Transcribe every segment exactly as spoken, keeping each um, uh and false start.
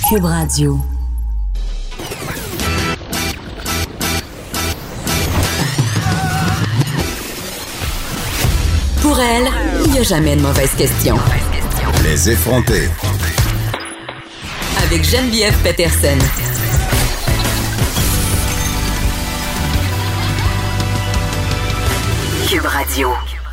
Cube Radio. Pour elle, il n'y a jamais de mauvaise question. Les effronter. Avec Geneviève Peterson. Cube Radio.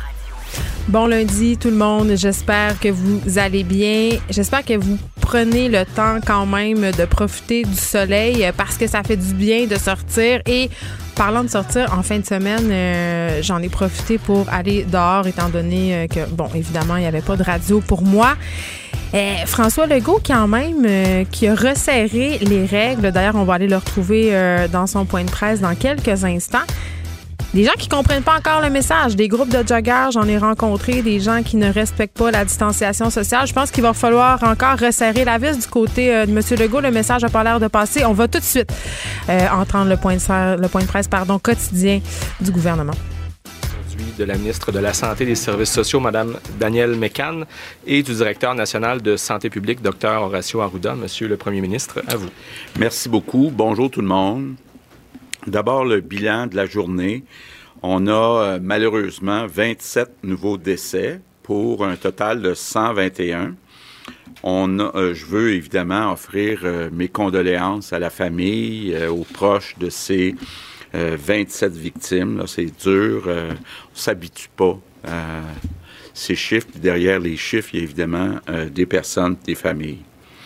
Bon lundi tout le monde, j'espère que vous allez bien. J'espère que vous prenez le temps quand même de profiter du soleil parce que ça fait du bien de sortir. Et parlant de sortir, en fin de semaine, euh, j'en ai profité pour aller dehors étant donné euh, que, bon, évidemment, il n'y avait pas de radio pour moi. Euh, François Legault, quand même, euh, qui a resserré les règles. D'ailleurs, on va aller le retrouver euh, dans son point de presse dans quelques instants. Des gens qui comprennent pas encore le message, des groupes de joggers, j'en ai rencontré, des gens qui ne respectent pas la distanciation sociale. Je pense qu'il va falloir encore resserrer la vis du côté euh, de M. Legault. Le message n'a pas l'air de passer. On va tout de suite euh, entendre le point de, le point de presse pardon, quotidien du gouvernement. De la ministre de la Santé et des Services sociaux, Mme Danielle Mécan, et du directeur national de Santé publique, Dr Horacio Arruda. Monsieur le Premier ministre, à vous. Merci beaucoup. Bonjour tout le monde. D'abord, le bilan de la journée. On a euh, malheureusement vingt-sept nouveaux décès pour un total de cent vingt et un. On a, euh, je veux évidemment offrir euh, mes condoléances à la famille, euh, aux proches de ces euh, vingt-sept victimes. Là, c'est dur. Euh, on ne s'habitue pas à ces chiffres. Puis derrière les chiffres, il y a évidemment euh, des personnes, des familles.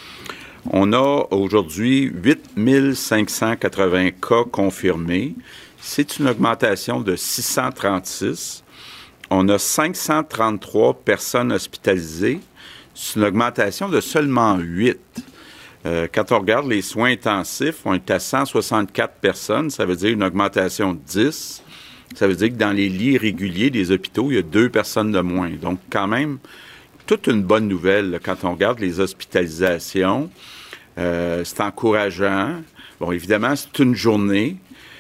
On a aujourd'hui huit mille cinq cent quatre-vingts cas confirmés. C'est une augmentation de six cent trente-six. On a cinq cent trente-trois personnes hospitalisées. C'est une augmentation de seulement huit. Euh, quand on regarde les soins intensifs, on est à cent soixante-quatre personnes. Ça veut dire une augmentation de dix. Ça veut dire que dans les lits réguliers des hôpitaux, il y a deux personnes de moins. Donc, quand même, toute une bonne nouvelle là, quand on regarde les hospitalisations. Euh, c'est encourageant. Bon, évidemment, c'est une journée.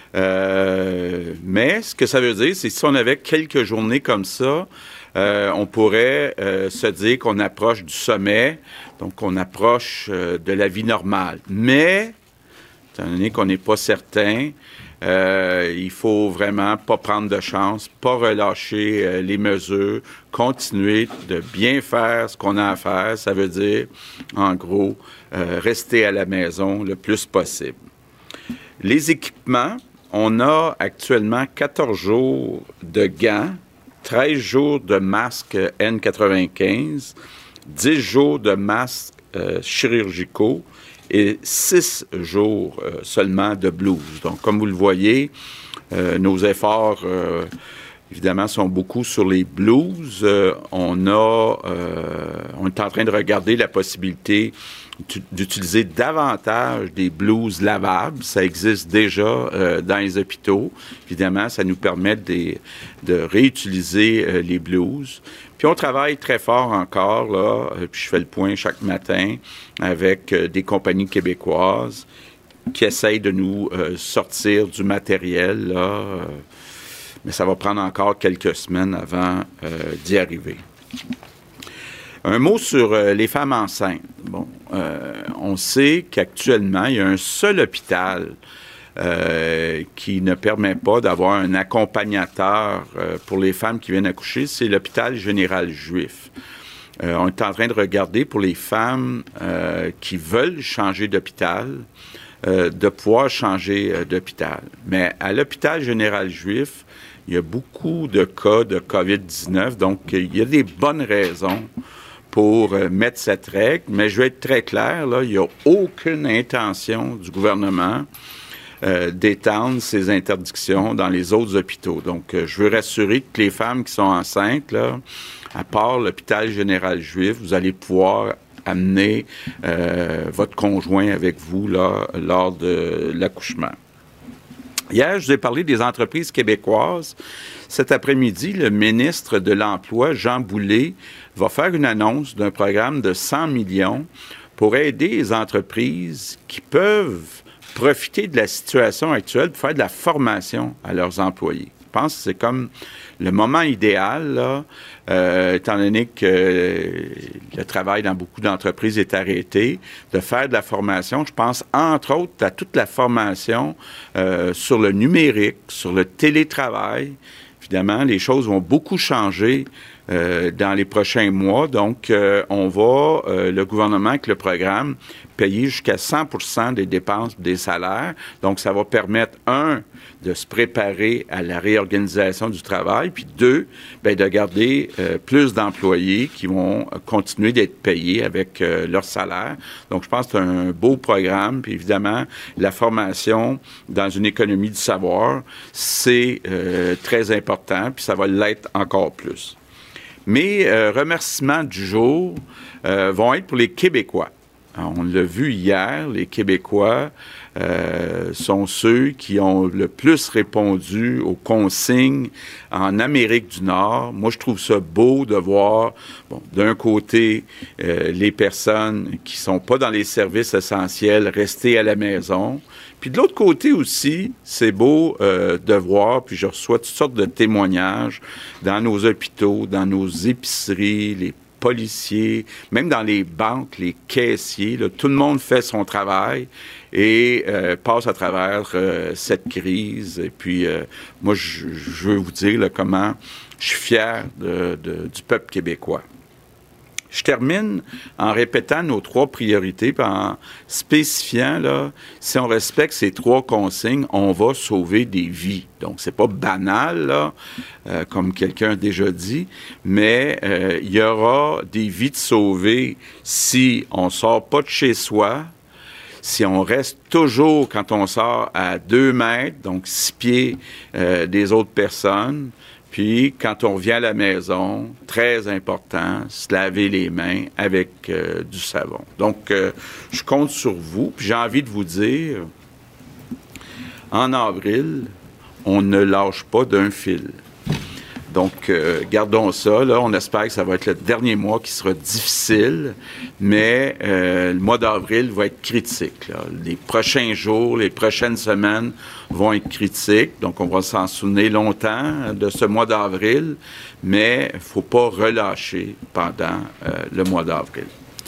Euh, mais ce que ça veut dire, c'est que si on avait quelques journées comme ça, euh, on pourrait euh, se dire qu'on approche du sommet, donc on approche euh, de la vie normale. Mais, étant donné qu'on n'est pas certain, Euh, il faut vraiment pas prendre de chance, pas relâcher euh, les mesures, continuer de bien faire ce qu'on a à faire. Ça veut dire, en gros, euh, rester à la maison le plus possible. Les équipements, on a actuellement quatorze jours de gants, treize jours de masques N quatre-vingt-quinze, dix jours de masques euh, chirurgicaux, et six jours euh, seulement de blouses. Donc, comme vous le voyez, euh, nos efforts, euh, évidemment, sont beaucoup sur les blouses. Euh, on a, euh, on est en train de regarder la possibilité d'utiliser davantage des blouses lavables. Ça existe déjà euh, dans les hôpitaux. Évidemment, ça nous permet de, de réutiliser euh, les blouses. Puis on travaille très fort encore, là, puis je fais le point chaque matin avec euh, des compagnies québécoises qui essayent de nous euh, sortir du matériel, là, euh, mais ça va prendre encore quelques semaines avant euh, d'y arriver. Un mot sur euh, les femmes enceintes. Bon, euh, on sait qu'actuellement, il y a un seul hôpital Euh, qui ne permet pas d'avoir un accompagnateur euh, pour les femmes qui viennent accoucher, c'est l'hôpital général juif. Euh, on est en train de regarder pour les femmes euh, qui veulent changer d'hôpital, euh, de pouvoir changer euh, d'hôpital. Mais à l'hôpital général juif, il y a beaucoup de cas de covid dix-neuf, donc il y a des bonnes raisons pour euh, mettre cette règle, mais je vais être très clair, là, il n'y a aucune intention du gouvernement Euh, d'étendre ces interdictions dans les autres hôpitaux. Donc, euh, je veux rassurer toutes les femmes qui sont enceintes, là, à part l'hôpital général juif, vous allez pouvoir amener euh, votre conjoint avec vous là, lors de l'accouchement. Hier, je vous ai parlé des entreprises québécoises. Cet après-midi, le ministre de l'Emploi, Jean Boulet, va faire une annonce d'un programme de cent millions pour aider les entreprises qui peuvent profiter de la situation actuelle pour faire de la formation à leurs employés. Je pense que c'est comme le moment idéal, là, euh, étant donné que euh, le travail dans beaucoup d'entreprises est arrêté, de faire de la formation. Je pense, entre autres, à toute la formation euh, sur le numérique, sur le télétravail. Évidemment, les choses vont beaucoup changer euh, dans les prochains mois. Donc, euh, on va, euh, le gouvernement, avec le programme, payer jusqu'à cent pour cent des dépenses des salaires. Donc, ça va permettre, un, de se préparer à la réorganisation du travail, puis deux, bien, de garder euh, plus d'employés qui vont continuer d'être payés avec euh, leur salaire. Donc, je pense que c'est un beau programme. Puis évidemment, la formation dans une économie du savoir, c'est euh, très important, puis ça va l'être encore plus. Mes euh, remerciements du jour euh, vont être pour les Québécois. Alors, on l'a vu hier, les Québécois euh, sont ceux qui ont le plus répondu aux consignes en Amérique du Nord. Moi, je trouve ça beau de voir, bon, d'un côté, euh, les personnes qui sont pas dans les services essentiels rester à la maison. Puis de l'autre côté aussi, c'est beau euh, de voir, puis je reçois toutes sortes de témoignages dans nos hôpitaux, dans nos épiceries, les policiers, même dans les banques, les caissiers, là, tout le monde fait son travail et euh, passe à travers euh, cette crise. Et puis, euh, moi, je, je veux vous dire là, comment je suis fier de, de, du peuple québécois. Je termine en répétant nos trois priorités, puis en spécifiant, là, si on respecte ces trois consignes, on va sauver des vies. Donc, c'est pas banal, là, euh, comme quelqu'un a déjà dit, mais euh, il y aura des vies de sauvées si on sort pas de chez soi, si on reste toujours, quand on sort, à deux mètres, donc six pieds euh, des autres personnes. Puis, quand on revient à la maison, très important, se laver les mains avec euh, du savon. Donc, euh, je compte sur vous. Puis, j'ai envie de vous dire, en avril, on ne lâche pas d'un fil. Donc, euh, gardons ça. Là, on espère que ça va être le dernier mois qui sera difficile, mais euh, le mois d'avril va être critique. Là. Les prochains jours, les prochaines semaines vont être critiques. Donc, on va s'en souvenir longtemps de ce mois d'avril, mais il ne faut pas relâcher pendant euh, le mois d'avril.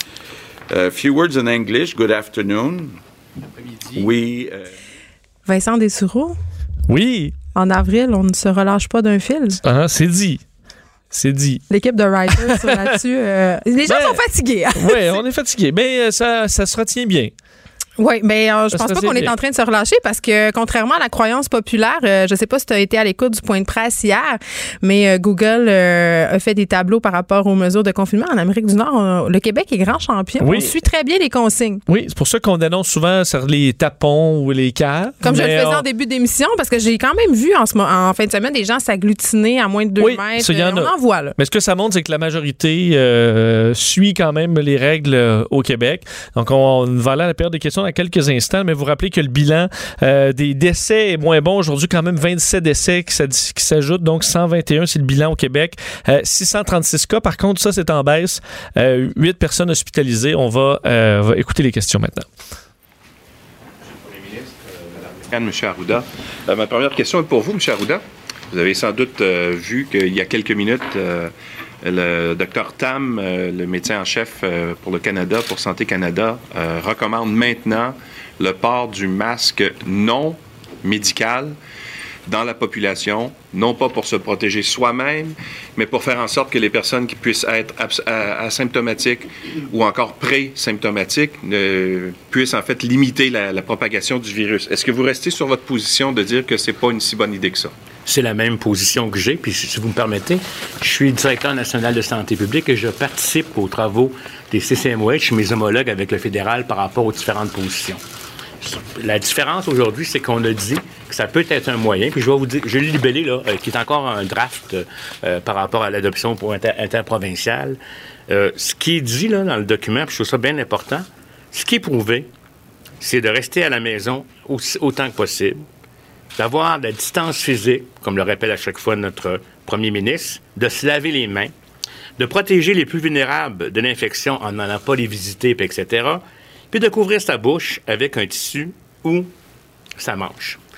A uh, few words in English. Good afternoon. Après-midi. Oui. Euh... Vincent Dessureau? Oui. En avril, on ne se relâche pas d'un fil. Ah, c'est dit. C'est dit. L'équipe de writers sur là-dessus, euh, les gens ben, sont fatigués. Oui, on est fatigués. Mais ça, ça se retient bien. Oui, mais euh, je pense pas qu'on est en train de se relâcher parce que, contrairement à la croyance populaire, euh, je sais pas si tu as été à l'écoute du point de presse hier, mais euh, Google euh, a fait des tableaux par rapport aux mesures de confinement en Amérique du Nord. Euh, le Québec est grand champion. Oui. On suit très bien les consignes. Oui, c'est pour ça qu'on dénonce souvent sur les tapons ou les caves. Comme je le faisais on... en début d'émission, parce que j'ai quand même vu en, ce, en fin de semaine des gens s'agglutiner à moins de deux oui, mètres. Ça, y en on a. en voit, là. Mais ce que ça montre, c'est que la majorité euh, suit quand même les règles euh, au Québec. Donc, on, on va aller à la période des questions dans quelques instants. Mais vous rappelez que le bilan euh, des décès est moins bon. Aujourd'hui, quand même vingt-sept décès qui, qui s'ajoutent. Donc, cent vingt et un, c'est le bilan au Québec. Euh, six cent trente-six cas. Par contre, ça, c'est en baisse. Euh, huit personnes hospitalisées. On va, euh, va écouter les questions maintenant. Monsieur le Premier ministre, euh, Madame Mécan, M. Arruda. Euh, ma première question est pour vous, M. Arruda. Vous avez sans doute euh, vu qu'il y a quelques minutes, euh, le docteur Tam, euh, le médecin en chef euh, pour le Canada, pour Santé Canada, euh, recommande maintenant le port du masque non médical dans la population, non pas pour se protéger soi-même, mais pour faire en sorte que les personnes qui puissent être asymptomatiques ou encore pré-symptomatiques ne puissent en fait limiter la, la propagation du virus. Est-ce que vous restez sur votre position de dire que c'est pas une si bonne idée que ça? C'est la même position que j'ai, puis si vous me permettez, je suis directeur national de santé publique et je participe aux travaux des C C M O H, mes homologues avec le fédéral par rapport aux différentes positions. La différence aujourd'hui, c'est qu'on a dit que ça peut être un moyen, puis je vais vous dire, je l'ai libellé, là, euh, qui est encore un draft euh, par rapport à l'adoption pour inter- interprovinciale. Euh, ce qui est dit là, dans le document, puis je trouve ça bien important, ce qui est prouvé, c'est de rester à la maison aussi, autant que possible, d'avoir de la distance physique, comme le rappelle à chaque fois notre premier ministre, de se laver les mains, de protéger les plus vulnérables de l'infection en n'allant pas les visiter, et cetera, puis de couvrir sa bouche avec un tissu ou sa manche.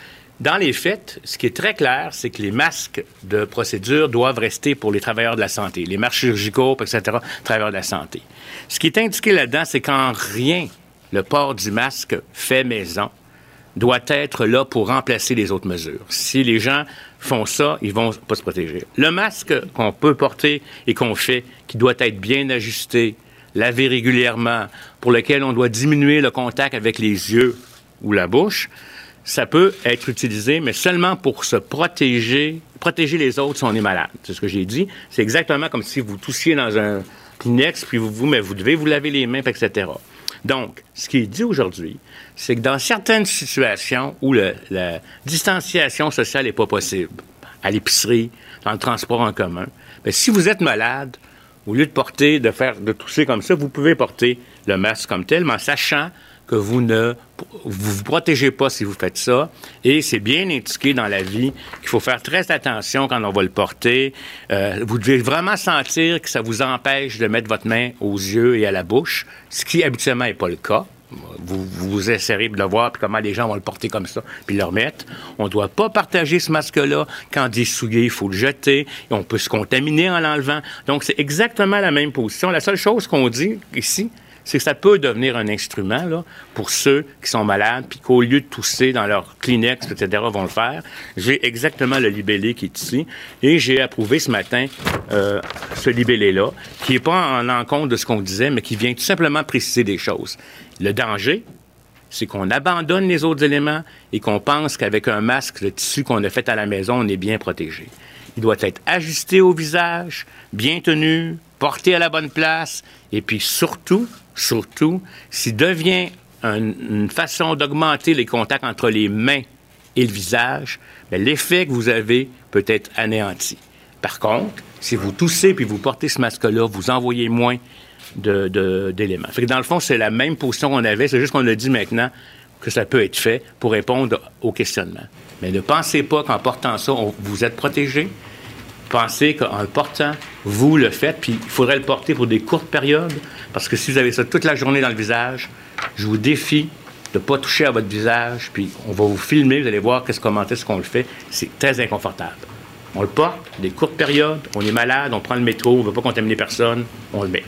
Dans les faits, ce qui est très clair, c'est que les masques de procédure doivent rester pour les travailleurs de la santé, les masques chirurgicaux, et cetera, travailleurs de la santé. Ce qui est indiqué là-dedans, c'est qu'en rien, le port du masque fait maison doit être là pour remplacer les autres mesures. Si les gens font ça, ils vont pas se protéger. Le masque qu'on peut porter et qu'on fait, qui doit être bien ajusté, lavé régulièrement, pour lequel on doit diminuer le contact avec les yeux ou la bouche, ça peut être utilisé, mais seulement pour se protéger, protéger les autres si on est malade. C'est ce que j'ai dit. C'est exactement comme si vous toussiez dans un Kleenex, puis vous, vous, mais vous devez vous laver les mains, et cetera. Donc, ce qui est dit aujourd'hui, c'est que dans certaines situations où le, la distanciation sociale n'est pas possible, à l'épicerie, dans le transport en commun, bien, si vous êtes malade, au lieu de porter, de faire, de tousser comme ça, vous pouvez porter le masque comme tel, mais en sachant que vous ne vous, vous protégez pas si vous faites ça. Et c'est bien indiqué dans la vie qu'il faut faire très attention quand on va le porter. Euh, vous devez vraiment sentir que ça vous empêche de mettre votre main aux yeux et à la bouche, ce qui habituellement n'est pas le cas. Vous, vous essayerez de le voir, puis comment les gens vont le porter comme ça, puis le remettre. On ne doit pas partager ce masque-là. Quand il est souillé, il faut le jeter. Et on peut se contaminer en l'enlevant. Donc, c'est exactement la même position. La seule chose qu'on dit ici, c'est que ça peut devenir un instrument là, pour ceux qui sont malades, puis qu'au lieu de tousser dans leur Kleenex, et cetera, vont le faire. J'ai exactement le libellé qui est ici, et j'ai approuvé ce matin euh, ce libellé-là, qui n'est pas en encontre de ce qu'on disait, mais qui vient tout simplement préciser des choses. Le danger, c'est qu'on abandonne les autres éléments et qu'on pense qu'avec un masque, le tissu qu'on a fait à la maison, on est bien protégé. Il doit être ajusté au visage, bien tenu, porté à la bonne place, et puis surtout, surtout, s'il devient un, une façon d'augmenter les contacts entre les mains et le visage, bien, l'effet que vous avez peut être anéanti. Par contre, si vous toussez puis vous portez ce masque-là, vous envoyez moins de, de, d'éléments. Fait que dans le fond, c'est la même position qu'on avait, c'est juste qu'on a dit maintenant que ça peut être fait pour répondre au questionnement. Mais ne pensez pas qu'en portant ça, on, vous êtes protégé. Pensez qu'en le portant, vous le faites, puis il faudrait le porter pour des courtes périodes, parce que si vous avez ça toute la journée dans le visage, je vous défie de ne pas toucher à votre visage, puis on va vous filmer, vous allez voir qu'est-ce, comment est-ce qu'on le fait. C'est très inconfortable. On le porte, des courtes périodes, on est malade, on prend le métro, on ne veut pas contaminer personne, on le met.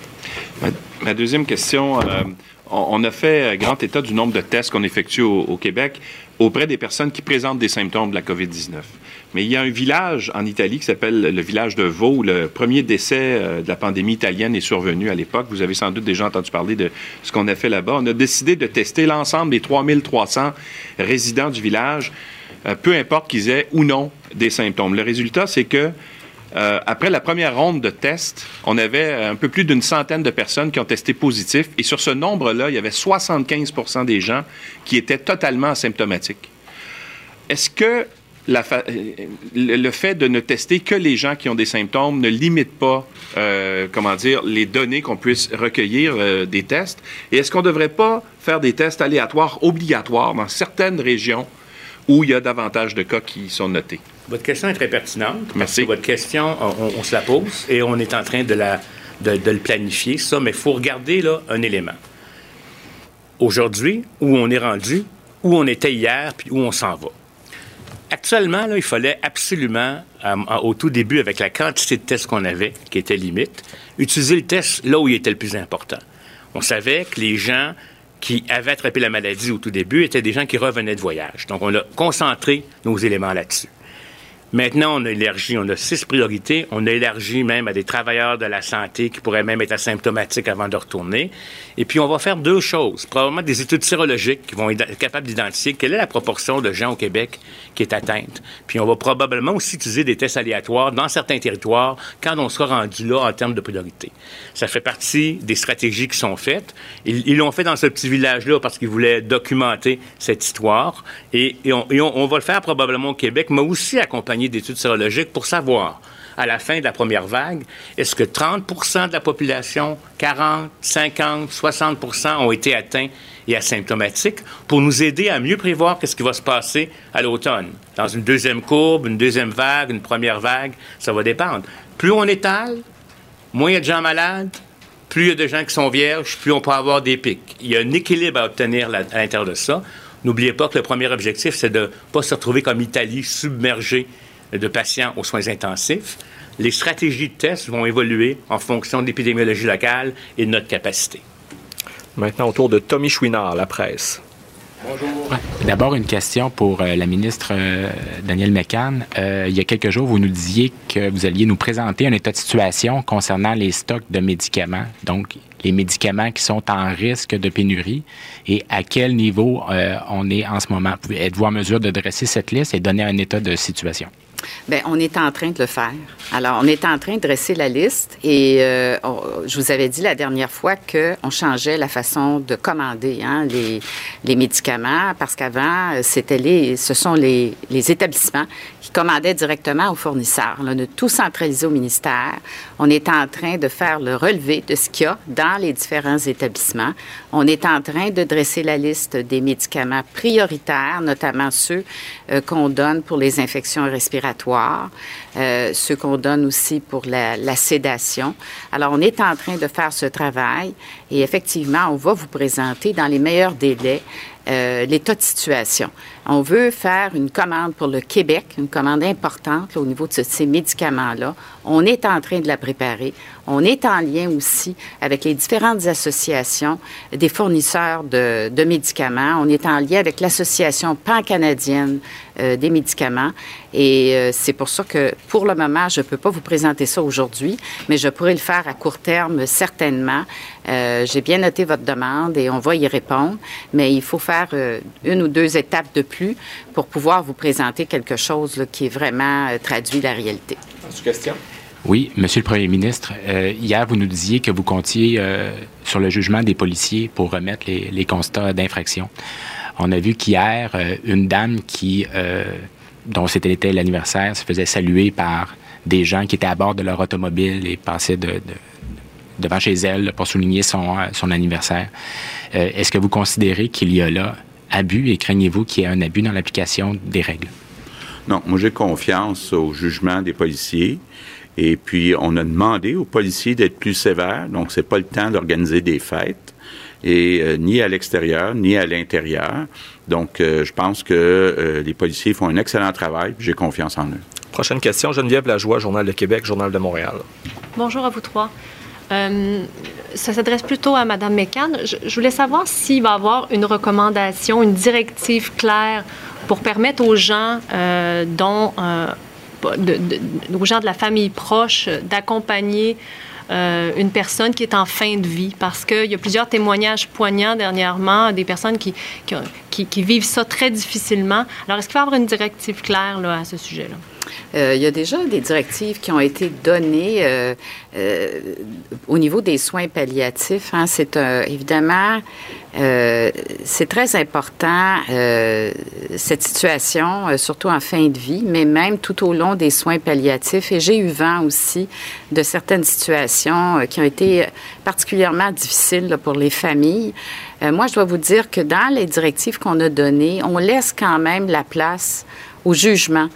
Ma, ma deuxième question, euh, on, on a fait grand état du nombre de tests qu'on effectue au, au Québec auprès des personnes qui présentent des symptômes de la covid dix-neuf. Mais il y a un village en Italie qui s'appelle le village de Vaud, où le premier décès euh, de la pandémie italienne est survenu à l'époque. Vous avez sans doute déjà entendu parler de ce qu'on a fait là-bas. On a décidé de tester l'ensemble des trois mille trois cents résidents du village, euh, peu importe qu'ils aient ou non des symptômes. Le résultat, c'est que euh, après la première ronde de tests, on avait un peu plus d'une centaine de personnes qui ont testé positif. Et sur ce nombre-là, il y avait soixante-quinze pour cent des gens qui étaient totalement asymptomatiques. Est-ce que La fa... le fait de ne tester que les gens qui ont des symptômes ne limite pas, euh, comment dire, les données qu'on puisse recueillir euh, des tests? Et est-ce qu'on ne devrait pas faire des tests aléatoires obligatoires dans certaines régions où il y a davantage de cas qui sont notés? Votre question est très pertinente. Merci. Parce que votre question, on, on se la pose et on est en train de, la, de, de le planifier, ça, mais il faut regarder là un élément. Aujourd'hui, où on est rendu, où on était hier, puis où on s'en va. Actuellement, là, il fallait absolument, euh, au tout début, avec la quantité de tests qu'on avait, qui était limite, utiliser le test là où il était le plus important. On savait que les gens qui avaient attrapé la maladie au tout début étaient des gens qui revenaient de voyage. Donc, on a concentré nos éléments là-dessus. Maintenant, on a élargi, on a six priorités. On a élargi même à des travailleurs de la santé qui pourraient même être asymptomatiques avant de retourner. Et puis, on va faire deux choses. Probablement des études sérologiques qui vont être capables d'identifier quelle est la proportion de gens au Québec qui est atteinte. Puis, on va probablement aussi utiliser des tests aléatoires dans certains territoires quand on sera rendu là en termes de priorité. Ça fait partie des stratégies qui sont faites. Ils, ils l'ont fait dans ce petit village-là parce qu'ils voulaient documenter cette histoire. Et, et, on, et on, on va le faire probablement au Québec, mais aussi accompagner d'études sérologiques pour savoir, à la fin de la première vague, est-ce que trente pour cent de la population, quarante, cinquante, soixante pour cent ont été atteints et asymptomatiques pour nous aider à mieux prévoir qu'est-ce qui va se passer à l'automne. Dans une deuxième courbe, une deuxième vague, une première vague, ça va dépendre. Plus on étale, moins il y a de gens malades, plus il y a de gens qui sont vierges, plus on peut avoir des pics. Il y a un équilibre à obtenir là, à l'intérieur de ça. N'oubliez pas que le premier objectif, c'est de ne pas se retrouver comme l'Italie, submergé de patients aux soins intensifs. Les stratégies de tests vont évoluer en fonction de l'épidémiologie locale et de notre capacité. Maintenant, au tour de Tommy Chouinard, La Presse. Bonjour. Ouais. D'abord, une question pour euh, la ministre euh, Danielle McCann. Euh, il y a quelques jours, vous nous disiez que vous alliez nous présenter un état de situation concernant les stocks de médicaments, donc les médicaments qui sont en risque de pénurie et à quel niveau euh, on est en ce moment. Êtes-vous en mesure de dresser cette liste et donner un état de situation? Bien, on est en train de le faire. Alors, on est en train de dresser la liste et euh, on, je vous avais dit la dernière fois qu'on changeait la façon de commander hein, les, les médicaments parce qu'avant, c'était les, ce sont les, les établissements qui commandaient directement aux fournisseurs. Là, on a tout centralisé au ministère. On est en train de faire le relevé de ce qu'il y a dans les différents établissements. On est en train de dresser la liste des médicaments prioritaires, notamment ceux euh, qu'on donne pour les infections respiratoires. Euh, ceux qu'on donne aussi pour la, la sédation. Alors, on est en train de faire ce travail et effectivement, on va vous présenter dans les meilleurs délais euh, l'état de situation. On veut faire une commande pour le Québec, une commande importante là, au niveau de ces médicaments-là. On est en train de la préparer. On est en lien aussi avec les différentes associations des fournisseurs de, de médicaments. On est en lien avec l'Association pan-canadienne euh, des médicaments. Et euh, c'est pour ça que, pour le moment, je ne peux pas vous présenter ça aujourd'hui, mais je pourrai le faire à court terme, certainement. Euh, j'ai bien noté votre demande et on va y répondre, mais il faut faire euh, une ou deux étapes de plus pour pouvoir vous présenter quelque chose là, qui est vraiment euh, traduit la réalité. Question? Oui, Monsieur le Premier ministre, euh, hier, vous nous disiez que vous comptiez euh, sur le jugement des policiers pour remettre les, les constats d'infraction. On a vu qu'hier, euh, une dame qui, euh, dont c'était l'anniversaire, se faisait saluer par des gens qui étaient à bord de leur automobile et passaient de, de, devant chez elle pour souligner son, son anniversaire. Euh, est-ce que vous considérez qu'il y a là abus et craignez-vous qu'il y ait un abus dans l'application des règles? Non, moi j'ai confiance au jugement des policiers. Et puis, on a demandé aux policiers d'être plus sévères. Donc, c'est pas le temps d'organiser des fêtes, et euh, ni à l'extérieur, ni à l'intérieur. Donc, euh, je pense que euh, les policiers font un excellent travail. J'ai confiance en eux. Prochaine question, Geneviève Lajoie, Journal de Québec, Journal de Montréal. Bonjour à vous trois. Euh, ça s'adresse plutôt à Mme McCann. Je, je voulais savoir s'il va y avoir une recommandation, une directive claire pour permettre aux gens euh, dont... Euh, De, de, aux gens de la famille proche d'accompagner euh, une personne qui est en fin de vie, parce qu'il y a plusieurs témoignages poignants dernièrement, des personnes qui, qui, qui, qui vivent ça très difficilement. Alors, est-ce qu'il va y avoir une directive claire là, à ce sujet-là? Euh, il y a déjà des directives qui ont été données euh, euh, au niveau des soins palliatifs. Hein. C'est euh, évidemment, euh, c'est très important, euh, cette situation, euh, surtout en fin de vie, mais même tout au long des soins palliatifs. Et j'ai eu vent aussi de certaines situations euh, qui ont été particulièrement difficiles là, pour les familles. Euh, moi, je dois vous dire que dans les directives qu'on a données, on laisse quand même la place au jugement.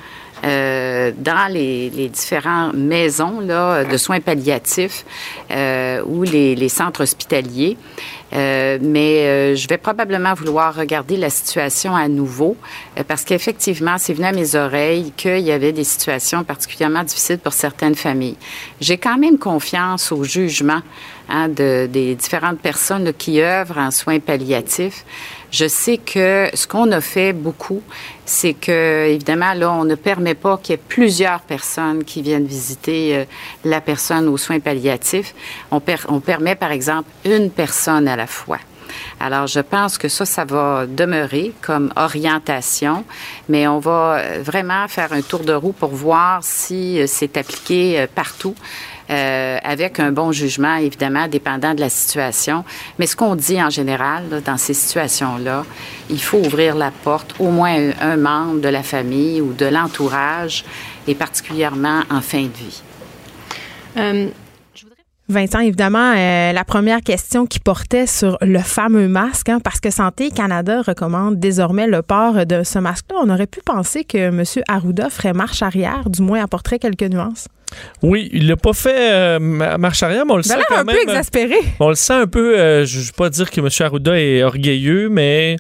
Euh, dans les, les différentes maisons là, de soins palliatifs euh, ou les, les centres hospitaliers. Euh, mais euh, je vais probablement vouloir regarder la situation à nouveau euh, parce qu'effectivement, c'est venu à mes oreilles qu'il y avait des situations particulièrement difficiles pour certaines familles. J'ai quand même confiance au jugement hein, de, des différentes personnes là, qui œuvrent en soins palliatifs. Je sais que ce qu'on a fait beaucoup, c'est que, évidemment, là, on ne permet pas qu'il y ait plusieurs personnes qui viennent visiter euh, la personne aux soins palliatifs. On, per- on permet, par exemple, une personne à la fois. Alors, je pense que ça, ça va demeurer comme orientation, mais on va vraiment faire un tour de roue pour voir si c'est appliqué partout. Euh, avec un bon jugement, évidemment, dépendant de la situation. Mais ce qu'on dit en général, là, dans ces situations-là, il faut ouvrir la porte au moins un, un membre de la famille ou de l'entourage, et particulièrement en fin de vie. Euh, Vincent, évidemment, euh, la première question qui portait sur le fameux masque, hein, parce que Santé Canada recommande désormais le port de ce masque-là. On aurait pu penser que M. Arruda ferait marche arrière, du moins apporterait quelques nuances. Oui, il l'a pas fait euh, marche arrière, mais on le sent quand un même. peu exaspéré. On le sent un peu, euh, je ne veux pas dire que M. Arruda est orgueilleux, mais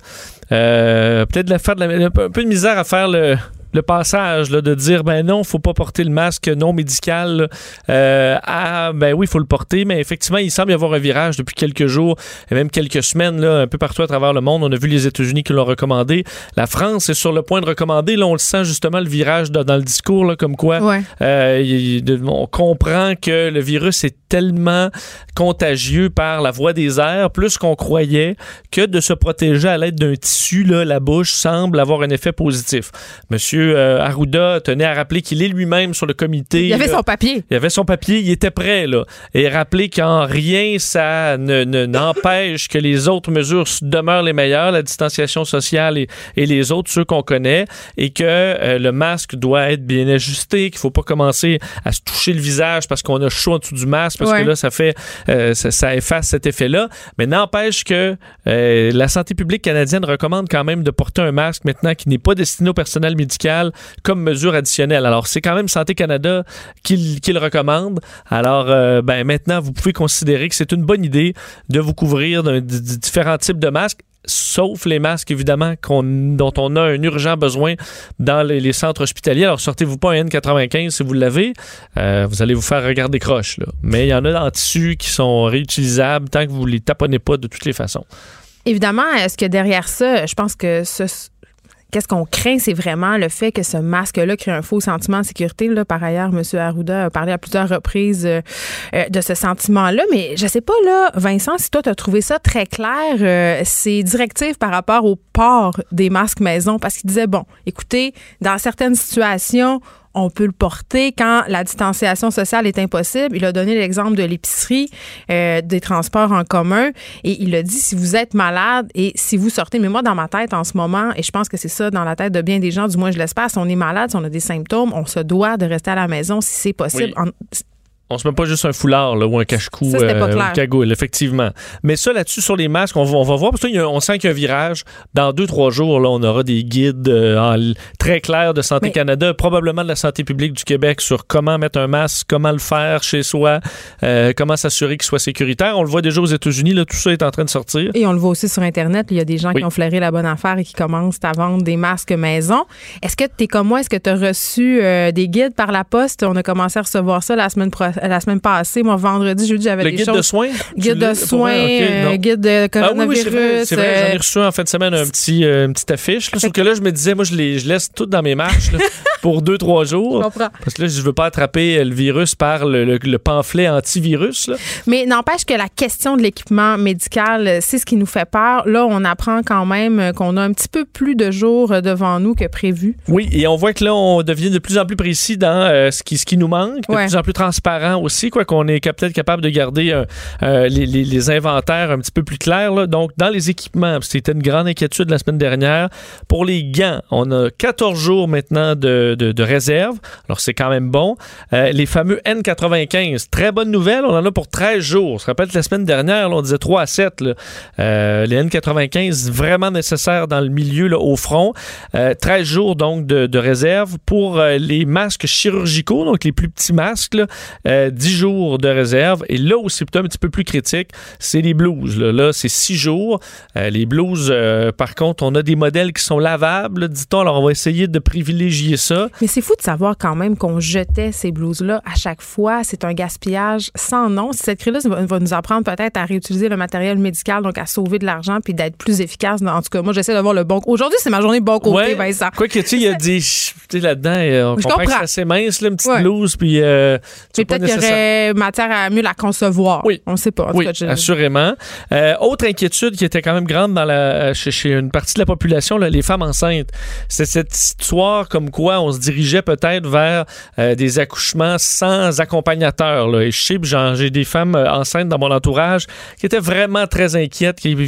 euh, peut-être la faire de la, un peu de misère à faire le... le passage là, de dire ben non, faut pas porter le masque non médical euh, à ben oui, il faut le porter, mais effectivement, il semble y avoir un virage depuis quelques jours et même quelques semaines là, un peu partout à travers le monde. On a vu les États-Unis qui l'ont recommandé. La France est sur le point de recommander. Là, on le sent justement, le virage dans, dans le discours, là, comme quoi ouais. euh, y, on comprend que le virus est tellement contagieux par la voie des airs, plus qu'on croyait, que de se protéger à l'aide d'un tissu, là, la bouche semble avoir un effet positif. Monsieur euh, Arruda tenait à rappeler qu'il est lui-même sur le comité. Il avait là, son papier. Il avait son papier, il était prêt, là. Et rappeler qu'en rien, ça ne, ne, n'empêche que les autres mesures demeurent les meilleures, la distanciation sociale et, et les autres, ceux qu'on connaît, et que euh, le masque doit être bien ajusté, qu'il ne faut pas commencer à se toucher le visage parce qu'on a chaud en dessous du masque, parce ouais. que là, ça fait euh, ça, ça efface cet effet-là. Mais n'empêche que euh, la santé publique canadienne recommande quand même de porter un masque maintenant qui n'est pas destiné au personnel médical comme mesure additionnelle. Alors, c'est quand même Santé Canada qui, qui le recommande. Alors, euh, ben maintenant, vous pouvez considérer que c'est une bonne idée de vous couvrir d'un, de, de différents types de masques, sauf les masques, évidemment, qu'on, dont on a un urgent besoin dans les, les centres hospitaliers. Alors, sortez-vous pas un N quatre-vingt-quinze si vous l'avez. Euh, vous allez vous faire regarder croche, là. Mais il y en a en tissu qui sont réutilisables tant que vous les taponnez pas de toutes les façons. Évidemment, est-ce que derrière ça, je pense que ce... Qu'est-ce qu'on craint, c'est vraiment le fait que ce masque-là crée un faux sentiment de sécurité. Là, par ailleurs, M. Arruda a parlé à plusieurs reprises euh, de ce sentiment-là. Mais je sais pas, là, Vincent, si toi, tu as trouvé ça très clair, euh, ces directives par rapport au port des masques maison, parce qu'il disait, bon, écoutez, dans certaines situations, on peut le porter quand la distanciation sociale est impossible. Il a donné l'exemple de l'épicerie, euh, des transports en commun, et il a dit, si vous êtes malade et si vous sortez, mais moi, dans ma tête en ce moment, et je pense que c'est ça dans la tête de bien des gens, du moins je l'espère, si on est malade, si on a des symptômes, on se doit de rester à la maison si c'est possible. Oui. En, On se met pas juste un foulard là, ou un cache-cou ça, euh, ou une cagoule, effectivement. Mais ça, là-dessus, sur les masques, on va, on va voir, parce qu'on sent qu'il y a un virage. Dans deux, trois jours, là, on aura des guides euh, en, très clairs de Santé Mais... Canada, probablement de la santé publique du Québec, sur comment mettre un masque, comment le faire chez soi, euh, comment s'assurer qu'il soit sécuritaire. On le voit déjà aux États-Unis, là, tout ça est en train de sortir. Et on le voit aussi sur Internet. Il y a des gens oui. qui ont flairé la bonne affaire et qui commencent à vendre des masques maison. Est-ce que tu es comme moi? Est-ce que tu as reçu euh, des guides par la poste? On a commencé à recevoir ça la semaine, pro- la semaine passée. Moi, vendredi, jeudi, j'avais le des guide choses. De soins? Guide de soins, okay, euh, guide de coronavirus. Ah oui, oui, c'est vrai, c'est vrai. J'en ai reçu en fin de semaine un petit, euh, une petite affiche. Là, sauf que là, je me disais, moi, je, les, je laisse tout dans mes marches là, pour deux, trois jours. Je comprends. Parce que là, je veux pas attraper le virus par le, le, le pamphlet antivirus. Là. Mais n'empêche que la question de l'équipement médical, c'est ce qui nous fait peur. Là, on apprend quand même qu'on a un petit peu plus de jours devant nous que prévu. Oui, et on voit que là, on devient de plus en plus précis dans euh, ce, qui, ce qui nous manque, de ouais. plus en plus transparent aussi, quoi qu'on est peut-être capable de garder euh, euh, les, les, les inventaires un petit peu plus clairs. Là. Donc, dans les équipements, c'était une grande inquiétude la semaine dernière. Pour les gants, on a quatorze jours maintenant de, de, de réserve. Alors, c'est quand même bon. Euh, les fameux N quatre-vingt-quinze, très bonne nouvelle. On en a pour treize jours. On se rappelle que la semaine dernière, là, on disait trois à sept. Là. Euh, les N quatre-vingt-quinze, vraiment nécessaires dans le milieu, là, au front. Euh, treize jours, donc, de, de réserve. Pour euh, les masques chirurgicaux, donc les plus petits masques, là, euh, dix jours de réserve. Et là où c'est un petit peu plus critique, c'est les blouses. Là, là c'est six jours. Euh, les blouses, euh, par contre, on a des modèles qui sont lavables, là, dit-on. Alors, on va essayer de privilégier ça. Mais c'est fou de savoir quand même qu'on jetait ces blouses-là à chaque fois. C'est un gaspillage sans nom. Cette crise-là va, va nous apprendre peut-être à réutiliser le matériel médical, donc à sauver de l'argent puis d'être plus efficace. En tout cas, moi, j'essaie d'avoir le bon... Aujourd'hui, c'est ma journée bon côté, ouais. Vincent. Quoi que, tu sais, il y a des... Tu sais, là-dedans, on je comprend comprends. que c'est assez mince, là, une petite ouais. blouse, puis... Euh, Mais peut-être qu'il y aurait matière à mieux la concevoir. Oui. On ne sait pas. En oui, tout cas, je... assurément. Euh, autre inquiétude qui était quand même grande dans la, chez, chez une partie de la population, là, les femmes enceintes. C'est cette histoire comme quoi on se dirigeait peut-être vers euh, des accouchements sans accompagnateur. Là. Et je sais, genre, j'ai des femmes enceintes dans mon entourage qui étaient vraiment très inquiètes, qui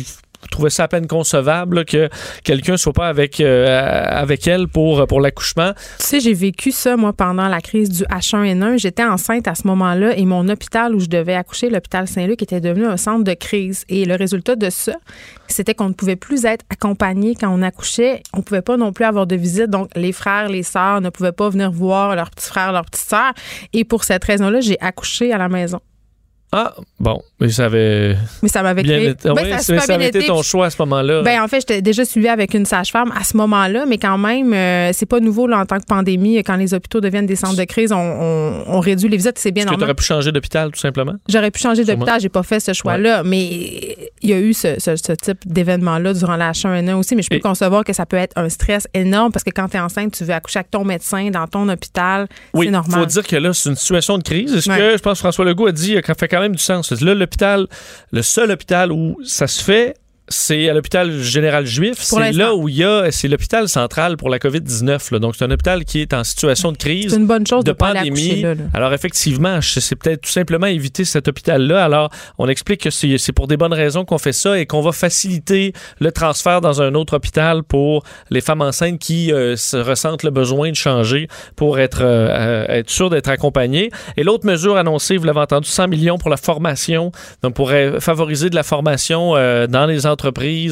trouvait ça à peine concevable là, que quelqu'un soit pas avec, euh, avec elle pour, pour l'accouchement. Tu sais, j'ai vécu ça, moi, pendant la crise du H un N un. J'étais enceinte à ce moment-là et mon hôpital où je devais accoucher, l'hôpital Saint-Luc, était devenu un centre de crise. Et le résultat de ça, c'était qu'on ne pouvait plus être accompagné quand on accouchait. On ne pouvait pas non plus avoir de visite. Donc, les frères, les sœurs ne pouvaient pas venir voir leurs petits frères, leurs petites sœurs. Et pour cette raison-là, j'ai accouché à la maison. Ah, bon, mais ça avait. Mais ça m'avait bien créé. été. Oui, ben, ça, ça, ça avait été ton choix à ce moment-là. Ben, en fait, j'étais déjà suivie avec une sage-femme à ce moment-là, mais quand même, euh, c'est pas nouveau là, en tant que pandémie. Quand les hôpitaux deviennent des centres de crise, on, on, on réduit les visites, c'est bien Est-ce normal. que tu aurais pu changer d'hôpital, tout simplement? J'aurais pu changer d'hôpital, Sûrement. j'ai pas fait ce choix-là, ouais. Mais il y a eu ce, ce, ce type d'événement-là durant la H un N un aussi, mais je peux Et... concevoir que ça peut être un stress énorme parce que quand tu es enceinte, tu veux accoucher avec ton médecin dans ton hôpital, oui, c'est normal. Il faut dire que là, c'est une situation de crise. Est-ce ouais. que, je pense que François Legault a dit, ça fait quand même du sens. Là, l'hôpital, le seul hôpital où ça se fait, c'est à l'hôpital général juif. Pour c'est l'instant. là où il y a, c'est l'hôpital central pour la covid dix-neuf. Là. Donc, c'est un hôpital qui est en situation de crise. C'est une bonne chose de, de pas pandémie. Là, là. Alors, effectivement, c'est peut-être tout simplement éviter cet hôpital-là. Alors, on explique que c'est, c'est pour des bonnes raisons qu'on fait ça et qu'on va faciliter le transfert dans un autre hôpital pour les femmes enceintes qui euh, se ressentent le besoin de changer pour être, euh, être sûr d'être accompagnées. Et l'autre mesure annoncée, vous l'avez entendu, cent millions pour la formation. Donc, pour euh, favoriser de la formation euh, dans les entreprises.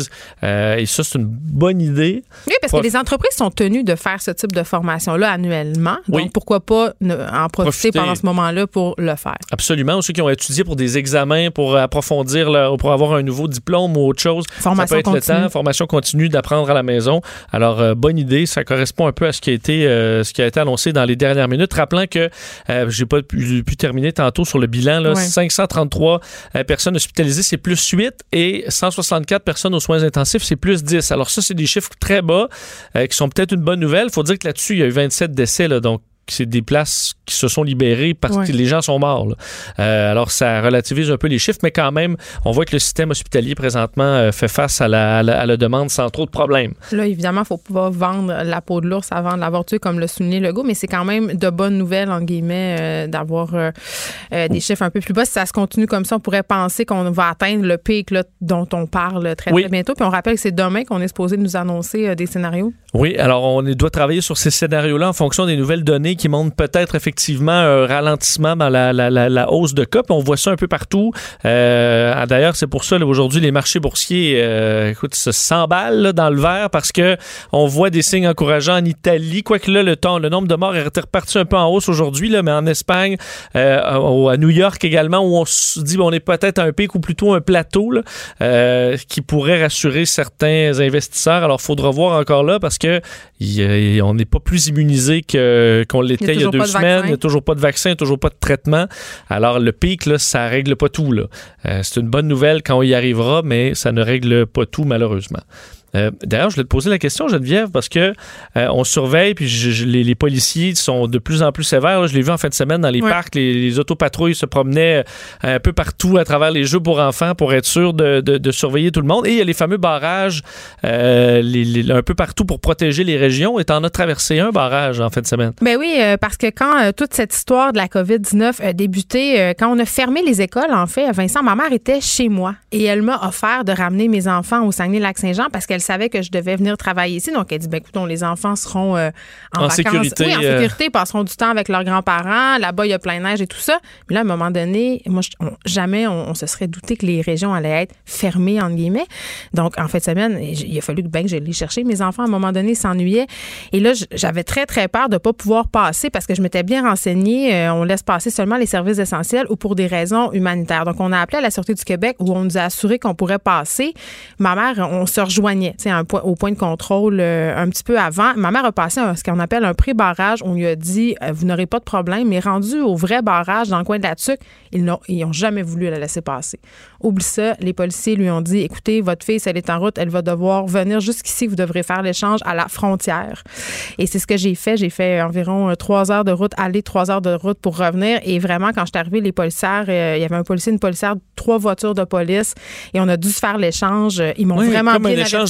Euh, et ça, c'est une bonne idée. Oui, parce Pour... que les entreprises sont tenues de faire ce type de formation-là annuellement. Donc, oui. pourquoi pas ne, en profiter, profiter pendant ce moment-là pour le faire? Absolument. Ceux qui ont étudié pour des examens, pour approfondir, leur, pour avoir un nouveau diplôme ou autre chose. Formation ça peut être continue. le temps. Formation continue d'apprendre à la maison. Alors, euh, bonne idée. Ça correspond un peu à ce qui a été, euh, ce qui a été annoncé dans les dernières minutes. Rappelant que euh, j'ai pas pu, pu terminer tantôt sur le bilan. Là, ouais. cinq cent trente-trois euh, personnes hospitalisées, c'est plus huit et cent soixante-quatre personnes aux soins intensifs, c'est plus dix. Alors ça, c'est des chiffres très bas euh, qui sont peut-être une bonne nouvelle. Il faut dire que là-dessus, il y a eu vingt-sept décès, là, donc c'est des places qui se sont libérées parce ouais. que les gens sont morts. Euh, alors, ça relativise un peu les chiffres, mais quand même, on voit que le système hospitalier, présentement, euh, fait face à la, à, la, à la demande sans trop de problèmes. Là, évidemment, il ne faut pas vendre la peau de l'ours avant de l'avoir tué, comme l'a souligné Legault, mais c'est quand même de bonnes nouvelles, entre guillemets, euh, d'avoir euh, euh, des chiffres un peu plus bas. Si ça se continue comme ça, on pourrait penser qu'on va atteindre le pic là, dont on parle très, oui. très bientôt. Puis on rappelle que c'est demain qu'on est supposé nous annoncer euh, des scénarios. Oui, alors on doit travailler sur ces scénarios-là en fonction des nouvelles données qui montrent peut-être effectivement un ralentissement dans la, la, la, la hausse de cas. Puis on voit ça un peu partout. Euh, d'ailleurs, c'est pour ça, là, aujourd'hui, les marchés boursiers euh, écoute, se s'emballent là, dans le vert parce que on voit des signes encourageants en Italie. Quoique là, le, temps, le nombre de morts est reparti un peu en hausse aujourd'hui, là, mais en Espagne, euh, à New York également, où on se dit bon, on est peut-être à un pic ou plutôt un plateau là, euh, qui pourrait rassurer certains investisseurs. Alors, il faudra voir encore là parce que y a, on n'est pas plus immunisé que, qu'on l'était il y a, il y a deux semaines. Il n'y a toujours pas de vaccin, toujours pas de traitement. Alors, le pic, là, ça ne règle pas tout. Là. Euh, c'est une bonne nouvelle quand on y arrivera, mais ça ne règle pas tout, malheureusement. Euh, d'ailleurs, je voulais te poser la question, Geneviève, parce que euh, on surveille, puis je, je, les, les policiers sont de plus en plus sévères. Là, je l'ai vu en fin de semaine dans les ouais. parcs, les, les autopatrouilles se promenaient un peu partout à travers les jeux pour enfants pour être sûr de, de, de surveiller tout le monde. Et il y a les fameux barrages euh, les, les, un peu partout pour protéger les régions. Et t'en as traversé un barrage en fin de semaine. Ben oui, euh, parce que quand euh, toute cette histoire de la covid dix-neuf a débuté, euh, quand on a fermé les écoles, en fait, Vincent, ma mère était chez moi et elle m'a offert de ramener mes enfants au Saguenay-Lac-Saint-Jean parce qu'elle savait que je devais venir travailler ici. Donc, elle dit, ben écoute, les enfants seront euh, en, en vacances. Sécurité, oui, en euh... sécurité, passeront du temps avec leurs grands-parents. Là-bas, il y a plein de neige et tout ça. Mais là, à un moment donné, moi, je, on, jamais on, on se serait douté que les régions allaient être fermées, entre guillemets. Donc, en fin de semaine, il a fallu que, ben, que j'aille les chercher. Mes enfants, à un moment donné, s'ennuyaient. Et là, j'avais très, très peur de ne pas pouvoir passer parce que je m'étais bien renseignée. Euh, on laisse passer seulement les services essentiels ou pour des raisons humanitaires. Donc, on a appelé à la Sûreté du Québec où on nous a assuré qu'on pourrait passer. Ma mère, on se rejoignait, tu sais, un point, au point de contrôle euh, un petit peu avant. Ma mère a passé un, ce qu'on appelle un pré-barrage. On lui a dit, euh, vous n'aurez pas de problème, mais rendu au vrai barrage dans le coin de la Tuque, ils n'ont ils ont jamais voulu la laisser passer. Oublie ça, les policiers lui ont dit, écoutez, votre fille, si elle est en route, elle va devoir venir jusqu'ici, vous devrez faire l'échange à la frontière. Et c'est ce que j'ai fait. J'ai fait environ trois heures de route, aller, trois heures de route pour revenir. Et vraiment, quand je suis arrivée, les policières, euh, il y avait un policier, une policière, trois voitures de police, et on a dû se faire l'échange. Ils m'ont oui, vraiment comme bien un échange averti.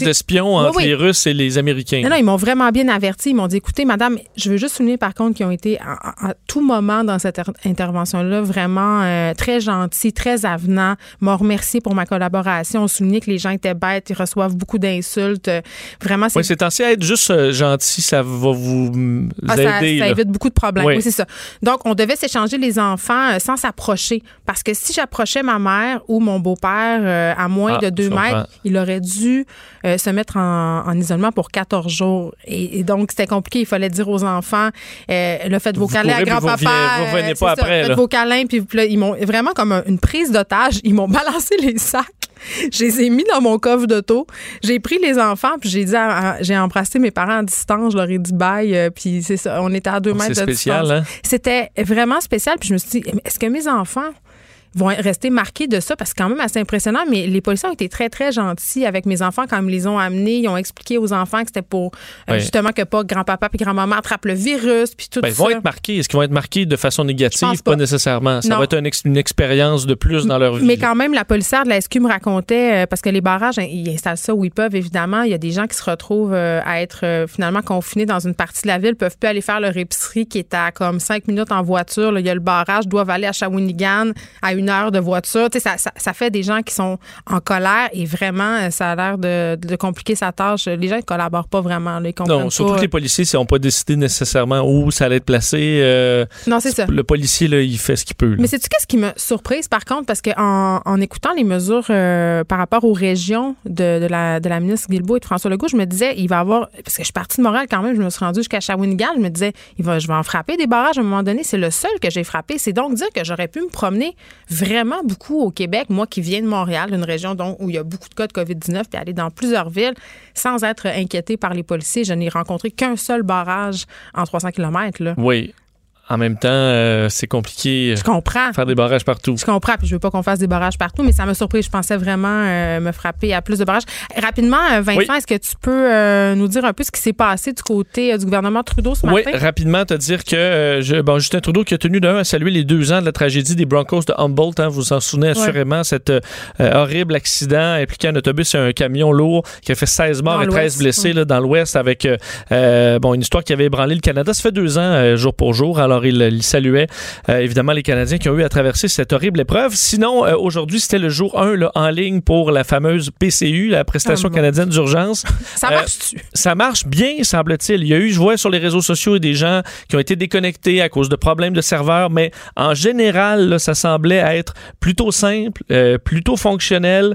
espions entre oui, oui. les Russes et les Américains. Non, non, ils m'ont vraiment bien averti. Ils m'ont dit, écoutez, madame, je veux juste souligner par contre qu'ils ont été à, à, à tout moment dans cette intervention-là vraiment euh, très gentils, très avenants, m'ont remercié pour ma collaboration, ont souligné que les gens étaient bêtes, ils reçoivent beaucoup d'insultes. Vraiment, c'est... Oui, c'est censé être juste euh, gentil, ça va vous ah, aider. Ça, ça évite beaucoup de problèmes. Oui. Oui, c'est ça. Donc, on devait s'échanger les enfants euh, sans s'approcher. Parce que si j'approchais ma mère ou mon beau-père euh, à moins ah, de deux mètres, il aurait dû euh, se mettre en, en isolement pour quatorze jours. Et, et donc, c'était compliqué. Il fallait dire aux enfants, euh, là, faites vos vous câlins à grand-papa. Vous ne revenez pas ça, après. Faites là. vos câlins. Puis là, ils m'ont vraiment comme une prise d'otage. Ils m'ont balancé les sacs. Je les ai mis dans mon coffre d'auto. J'ai pris les enfants, puis j'ai dit, à, à, j'ai embrassé mes parents à distance. Je leur ai dit bye. Euh, puis c'est ça, on était à deux mètres c'est de spécial, distance. Hein? C'était vraiment spécial. Puis je me suis dit, est-ce que mes enfants vont rester marqués de ça, parce que c'est quand même assez impressionnant, mais les policiers ont été très, très gentils avec mes enfants quand ils me les ont amenés. Ils ont expliqué aux enfants que c'était pour euh, oui. justement que pas grand-papa et grand-maman attrapent le virus, puis tout ben, ça. Ils vont être marqués. Est-ce qu'ils vont être marqués de façon négative? Pas. pas nécessairement. Ça non. va être une, ex- une expérience de plus dans leur vie. Mais quand même, la policière de la S Q me racontait, euh, parce que les barrages, ils installent ça où ils peuvent, évidemment. Il y a des gens qui se retrouvent euh, à être euh, finalement confinés dans une partie de la ville, peuvent plus aller faire leur épicerie qui est à comme cinq minutes en voiture. Là, il y a le barrage, doivent aller à Shawinigan à une heure de voiture. Ça, ça, ça fait des gens qui sont en colère et vraiment, ça a l'air de, de compliquer sa tâche. Les gens ne collaborent pas vraiment. Là, ils comprennent non, surtout pas. que les policiers n'ont pas décidé nécessairement où ça allait être placé. Euh, non, c'est ça. Le policier, là, il fait ce qu'il peut. Là. Mais sais-tu qu'est-ce qui m'a surprise, par contre? Parce qu'en en écoutant les mesures euh, par rapport aux régions de, de, la, de la ministre Guilbeault et de François Legault, je me disais, il va y avoir... Parce que je suis partie de Montréal quand même, je me suis rendue jusqu'à Shawinigan, je me disais, il va, je vais en frapper des barrages à un moment donné. C'est le seul que j'ai frappé. C'est donc dire que j'aurais pu me promener vraiment beaucoup au Québec, moi qui viens de Montréal, une région donc, où il y a beaucoup de cas de covid dix-neuf, puis aller dans plusieurs villes sans être inquiété par les policiers. Je n'ai rencontré qu'un seul barrage en trois cents kilomètres. Là. Oui. En même temps, euh, c'est compliqué. Je comprends. Faire des barrages partout. Je comprends, puis je veux pas qu'on fasse des barrages partout, mais ça m'a surpris. Je pensais vraiment euh, me frapper à plus de barrages. Rapidement, Vincent, oui. Est-ce que tu peux euh, nous dire un peu ce qui s'est passé du côté euh, du gouvernement Trudeau ce oui, matin? Oui, rapidement, te dire que euh, je, bon, Justin Trudeau qui a tenu d'un à saluer les deux ans de la tragédie des Broncos de Humboldt. Hein, vous vous en souvenez assurément, ouais. cet euh, horrible accident impliquant un autobus et un camion lourd qui a fait seize morts dans et treize blessés ouais. là, dans l'Ouest avec euh, bon, une histoire qui avait ébranlé le Canada. Ça fait deux ans, euh, jour pour jour. Alors, il, il saluait Euh, évidemment les Canadiens qui ont eu à traverser cette horrible épreuve. Sinon, euh, aujourd'hui, c'était le jour un là, en ligne pour la fameuse P C U, la prestation oh, canadienne d'urgence. Ça marche-tu? Euh, ça marche bien, semble-t-il. Il y a eu, je vois sur les réseaux sociaux, des gens qui ont été déconnectés à cause de problèmes de serveurs, mais en général, là, ça semblait être plutôt simple, euh, plutôt fonctionnel.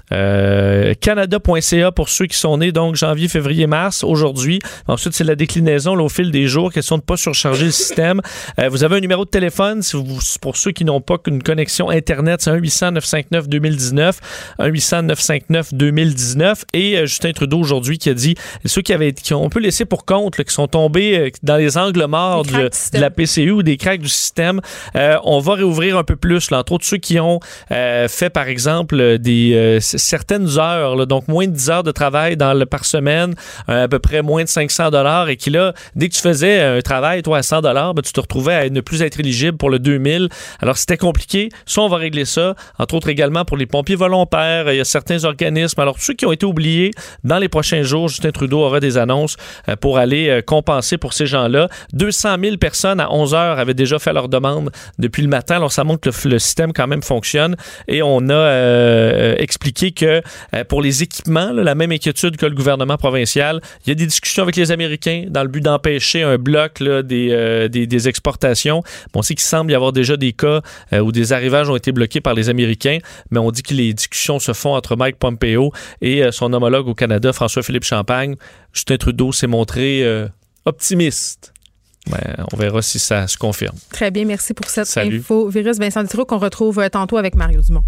Euh, Canada point C A pour ceux qui sont nés donc janvier, février, mars, aujourd'hui. Ensuite, c'est la déclinaison là, au fil des jours, question de ne pas surcharger le système. Euh, vous avez un numéro de téléphone, si vous, pour ceux qui n'ont pas qu'une connexion Internet, c'est un huit cents neuf cent cinquante-neuf deux mille dix-neuf, un huit cents neuf cent cinquante-neuf deux mille dix-neuf. Et euh, Justin Trudeau aujourd'hui qui a dit, ceux qui avaient qui ont un peu laissé pour compte, là, qui sont tombés euh, dans les angles morts de, de la P C U ou des cracks du système, euh, on va réouvrir un peu plus, là, entre autres ceux qui ont euh, fait par exemple des euh, certaines heures, là, donc moins de dix heures de travail dans le, par semaine, euh, à peu près moins de cinq cents dollars et qui là, dès que tu faisais un travail, toi, à cent dollars, ben, tu te retrouvais à ne plus être éligible pour le deux mille. Alors, c'était compliqué. Ça, on va régler ça. Entre autres, également pour les pompiers volontaires. Il y a certains organismes. Alors, ceux qui ont été oubliés, dans les prochains jours, Justin Trudeau aura des annonces euh, pour aller euh, compenser pour ces gens-là. deux cent mille personnes à onze heures avaient déjà fait leur demande depuis le matin. Alors, ça montre que le, le système quand même fonctionne. Et on a euh, expliqué que euh, pour les équipements, là, la même inquiétude que le gouvernement provincial, il y a des discussions avec les Américains dans le but d'empêcher un bloc là, des, euh, des, des exportations. Bon, on sait qu'il semble y avoir déjà des cas euh, où des arrivages ont été bloqués par les Américains, mais on dit que les discussions se font entre Mike Pompeo et euh, son homologue au Canada, François-Philippe Champagne. Justin Trudeau s'est montré euh, optimiste. Ben, on verra si ça se confirme. Très bien, merci pour cette Salut. info. Virus Vincent Dutroux qu'on retrouve tantôt avec Mario Dumont.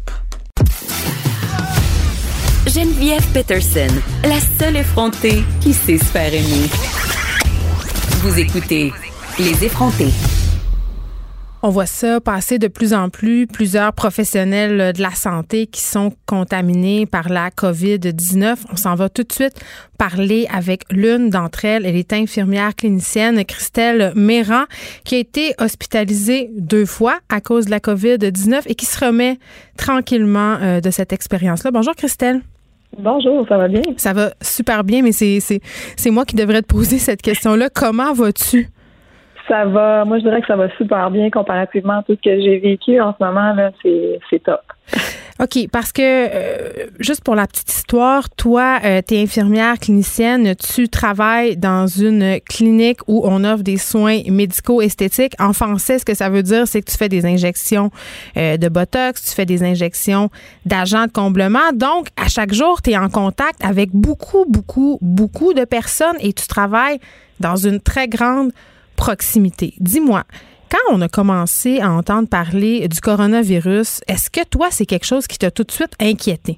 Geneviève Peterson, la seule effrontée qui sait se faire aimer. Vous écoutez Les effrontés. On voit ça passer de plus en plus, plusieurs professionnels de la santé qui sont contaminés par la covid dix-neuf. On s'en va tout de suite parler avec l'une d'entre elles. Elle est infirmière clinicienne, Christelle Méran, qui a été hospitalisée deux fois à cause de la covid dix-neuf et qui se remet tranquillement euh, de cette expérience-là. Bonjour Christelle. Bonjour, ça va bien? Ça va super bien, mais c'est, c'est, c'est moi qui devrais te poser cette question-là. Comment vas-tu? Ça va, moi je dirais que ça va super bien comparativement à tout ce que j'ai vécu en ce moment, là, c'est, c'est top. OK, parce que, euh, juste pour la petite histoire, toi, euh, tu es infirmière clinicienne, tu travailles dans une clinique où on offre des soins médicaux esthétiques. En français, ce que ça veut dire, c'est que tu fais des injections euh, de Botox, tu fais des injections d'agents de comblement. Donc, à chaque jour, tu es en contact avec beaucoup, beaucoup, beaucoup de personnes et tu travailles dans une très grande proximité. Dis-moi, quand on a commencé à entendre parler du coronavirus, est-ce que toi, c'est quelque chose qui t'a tout de suite inquiété?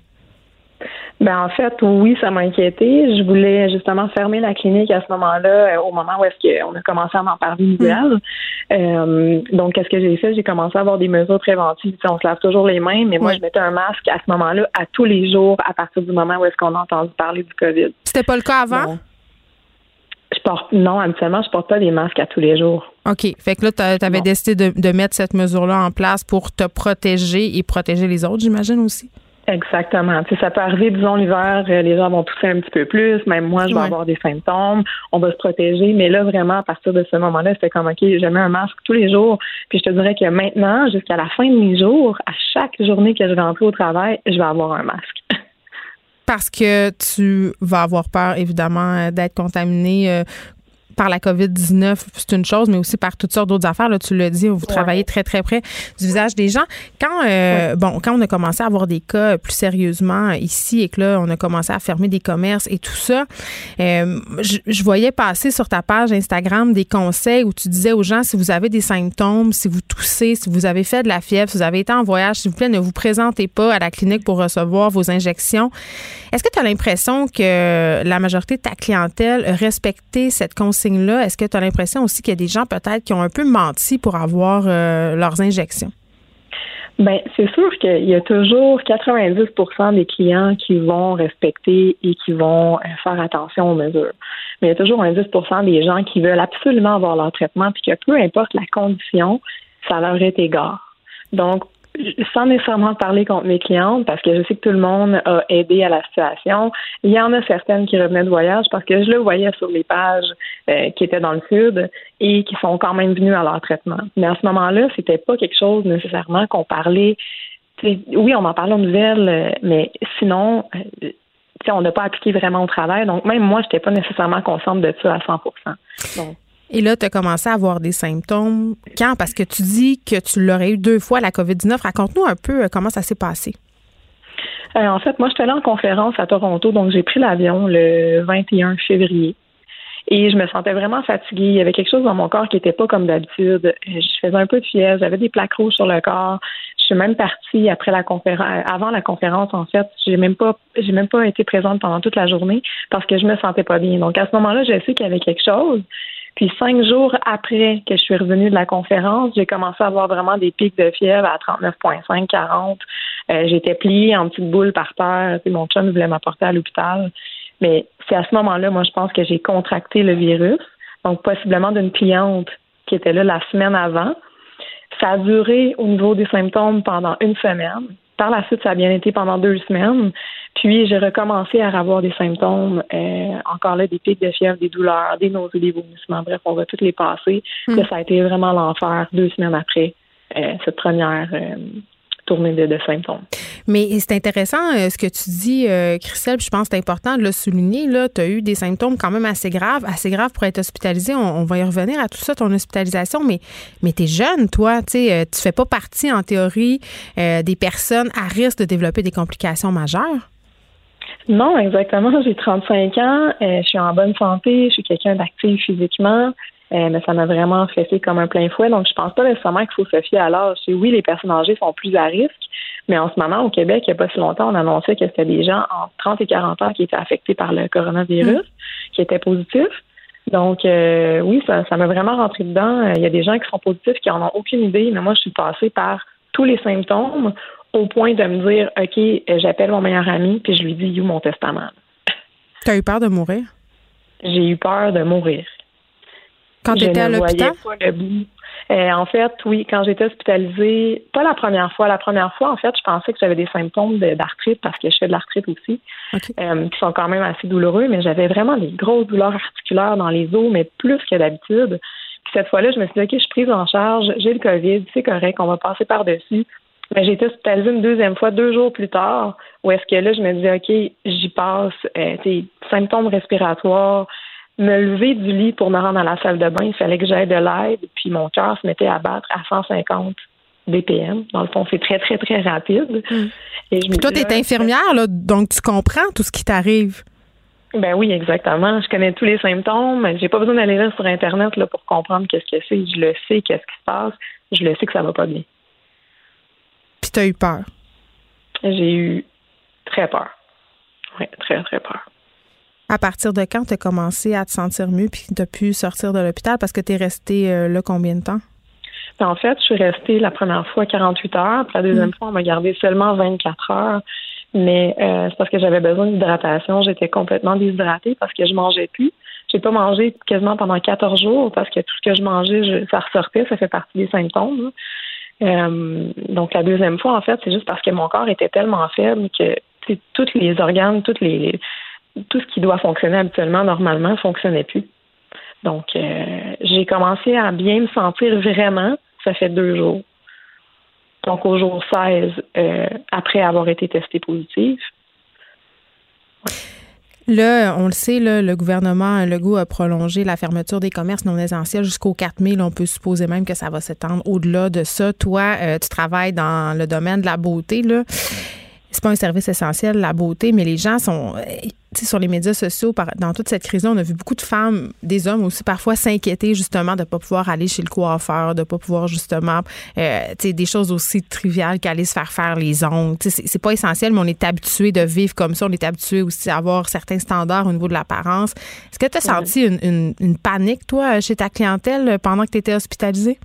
Ben en fait, oui, ça m'a inquiété. Je voulais justement fermer la clinique à ce moment-là, au moment où est-ce qu'on a commencé à m'en parler nouvelles. Mmh. Euh, donc, qu'est-ce que j'ai fait? J'ai commencé à avoir des mesures préventives. On se lave toujours les mains, mais moi, ouais. je mettais un masque à ce moment-là, à tous les jours, à partir du moment où est-ce qu'on a entendu parler du COVID. C'était pas le cas avant? Bon. Je porte, non, habituellement, je porte pas des masques à tous les jours. OK. Fait que là, tu avais décidé de, de mettre cette mesure-là en place pour te protéger et protéger les autres, j'imagine aussi? Exactement. Tu sais, ça peut arriver, disons, l'hiver, les gens vont tousser un petit peu plus. Même moi, je vais ouais. avoir des symptômes. On va se protéger. Mais là, vraiment, à partir de ce moment-là, c'était comme, OK, je mets un masque tous les jours. Puis je te dirais que maintenant, jusqu'à la fin de mes jours, à chaque journée que je vais entrer au travail, je vais avoir un masque. Parce que tu vas avoir peur, évidemment, d'être contaminé euh, par la covid dix-neuf, c'est une chose, mais aussi par toutes sortes d'autres affaires. Là, tu l'as dit, vous ouais. travaillez très, très près du visage des gens. Quand, euh, ouais. bon, quand on a commencé à avoir des cas plus sérieusement ici et que là, on a commencé à fermer des commerces et tout ça, euh, je, je voyais passer sur ta page Instagram des conseils où tu disais aux gens, si vous avez des symptômes, si vous toussez, si vous avez fait de la fièvre, si vous avez été en voyage, s'il vous plaît, ne vous présentez pas à la clinique pour recevoir vos injections. Est-ce que tu as l'impression que la majorité de ta clientèle a respecté cette consigne là? Est-ce que tu as l'impression aussi qu'il y a des gens peut-être qui ont un peu menti pour avoir euh, leurs injections? Bien, c'est sûr qu'il y a toujours quatre-vingt-dix pour cent des clients qui vont respecter et qui vont faire attention aux mesures. Mais il y a toujours un dix pour cent des gens qui veulent absolument avoir leur traitement puis que peu importe la condition, ça leur est égal. Donc, sans nécessairement parler contre mes clientes, parce que je sais que tout le monde a aidé à la situation, il y en a certaines qui revenaient de voyage parce que je le voyais sur les pages euh, qui étaient dans le sud et qui sont quand même venues à leur traitement. Mais à ce moment-là, c'était pas quelque chose nécessairement qu'on parlait. Oui, on en parlait aux nouvelles, mais sinon, euh, on n'a pas appliqué vraiment au travail. Donc, même moi, je n'étais pas nécessairement consciente de ça à cent pour cent. Donc, et là, tu as commencé à avoir des symptômes. Quand? Parce que tu dis que tu l'aurais eu deux fois, la covid dix-neuf. Raconte-nous un peu comment ça s'est passé. Euh, en fait, moi, j'étais allée en conférence à Toronto, donc j'ai pris l'avion le vingt et un février. Et je me sentais vraiment fatiguée. Il y avait quelque chose dans mon corps qui n'était pas comme d'habitude. Je faisais un peu de fièvre, j'avais des plaques rouges sur le corps. Je suis même partie après la conférence, avant la conférence, en fait. J'ai même pas, j'ai même pas été présente pendant toute la journée parce que je me sentais pas bien. Donc, à ce moment-là, je sais qu'il y avait quelque chose. Puis cinq jours après que je suis revenue de la conférence, j'ai commencé à avoir vraiment des pics de fièvre à trente-neuf virgule cinq, quarante. Euh, j'étais pliée en petites boules par terre. Puis mon chum voulait m'apporter à l'hôpital. Mais c'est à ce moment-là, moi, je pense que j'ai contracté le virus. Donc, possiblement d'une cliente qui était là la semaine avant. Ça a duré au niveau des symptômes pendant une semaine. Par la suite, ça a bien été pendant deux semaines. Puis, j'ai recommencé à avoir des symptômes, euh, encore là, des pics de fièvre, des douleurs, des nausées, des vomissements. Bref, on va toutes les passer. Mmh. Là, ça a été vraiment l'enfer deux semaines après euh, cette première euh, tournée de, de symptômes. Mais c'est intéressant euh, ce que tu dis, euh, Christelle, puis je pense que c'est important de le souligner. Tu as eu des symptômes quand même assez graves, assez graves pour être hospitalisé. On, on va y revenir à tout ça, ton hospitalisation, mais, mais tu es jeune, toi. Tu sais, tu fais pas partie, en théorie, euh, des personnes à risque de développer des complications majeures. Non, exactement. J'ai trente-cinq ans, euh, je suis en bonne santé, je suis quelqu'un d'actif physiquement, euh, mais ça m'a vraiment fessé comme un plein fouet. Donc, je pense pas nécessairement qu'il faut se fier à l'âge. Oui, les personnes âgées sont plus à risque, mais en ce moment, au Québec, il n'y a pas si longtemps, on annonçait que c'était des gens entre trente et quarante ans qui étaient affectés par le coronavirus, mmh. qui étaient positifs. Donc, euh, oui, ça, ça m'a vraiment rentré dedans. Il y a des gens qui sont positifs qui en ont aucune idée, mais moi, je suis passée par tous les symptômes au point de me dire, OK, j'appelle mon meilleur ami, puis je lui dis, you, mon testament. T'as eu peur de mourir? J'ai eu peur de mourir. Quand tu étais à l'hôpital? Je ne voyais pas le bout. Euh, en fait, oui, quand j'étais hospitalisée, pas la première fois. La première fois, en fait, je pensais que j'avais des symptômes de, d'arthrite parce que je fais de l'arthrite aussi, okay. euh, qui sont quand même assez douloureux, mais j'avais vraiment des grosses douleurs articulaires dans les os, mais plus que d'habitude. Puis cette fois-là, je me suis dit, OK, je suis prise en charge, j'ai le COVID, c'est correct, on va passer par-dessus. Mais j'ai été hospitalisée une deuxième fois, deux jours plus tard, où est-ce que là, je me disais, OK, j'y passe, euh, tes symptômes respiratoires, me lever du lit pour me rendre à la salle de bain, il fallait que j'aille de l'aide, puis mon cœur se mettait à battre à cent cinquante B P M. Dans le fond, c'est très, très, très rapide. Mmh. Et je me toi, tu es infirmière, là, donc tu comprends tout ce qui t'arrive. Ben oui, exactement. Je connais tous les symptômes. J'ai pas besoin d'aller là sur Internet là, pour comprendre qu'est-ce que c'est. Je le sais, qu'est-ce qui se passe. Je le sais que ça va pas bien. Puis tu as eu peur? J'ai eu très peur. Oui, très, très peur. À partir de quand tu as commencé à te sentir mieux puis tu as pu sortir de l'hôpital parce que tu es resté euh, là combien de temps? Ben, en fait, je suis restée la première fois quarante-huit heures, puis la deuxième mmh. fois, on m'a gardé seulement vingt-quatre heures. Mais euh, c'est parce que j'avais besoin d'hydratation. J'étais complètement déshydratée parce que je mangeais plus. J'ai pas mangé quasiment pendant quatorze jours parce que tout ce que je mangeais, je, ça ressortait. Ça fait partie des symptômes. Euh, donc, la deuxième fois, en fait, c'est juste parce que mon corps était tellement faible que tous les organes, toutes les, les tout ce qui doit fonctionner habituellement, normalement, ne fonctionnait plus. Donc, euh, j'ai commencé à bien me sentir vraiment. Ça fait deux jours. Donc, au jour seize, euh, après avoir été testée positive. Ouais. Là, on le sait, là, le gouvernement Legault a prolongé la fermeture des commerces non essentiels jusqu'au quatre mai. Là, on peut supposer même que ça va s'étendre au-delà de ça. Toi, euh, tu travailles dans le domaine de la beauté, là. C'est pas un service essentiel, la beauté, mais les gens sont... Tu sais, sur les médias sociaux, par, dans toute cette crise-là, on a vu beaucoup de femmes, des hommes aussi, parfois s'inquiéter justement de ne pas pouvoir aller chez le coiffeur, de ne pas pouvoir justement... Euh, tu sais, des choses aussi triviales qu'aller se faire faire les ongles. Tu sais, c'est, c'est pas essentiel, mais on est habitué de vivre comme ça. On est habitué aussi à avoir certains standards au niveau de l'apparence. Est-ce que tu as oui. senti une, une, une panique, toi, chez ta clientèle pendant que tu étais hospitalisée?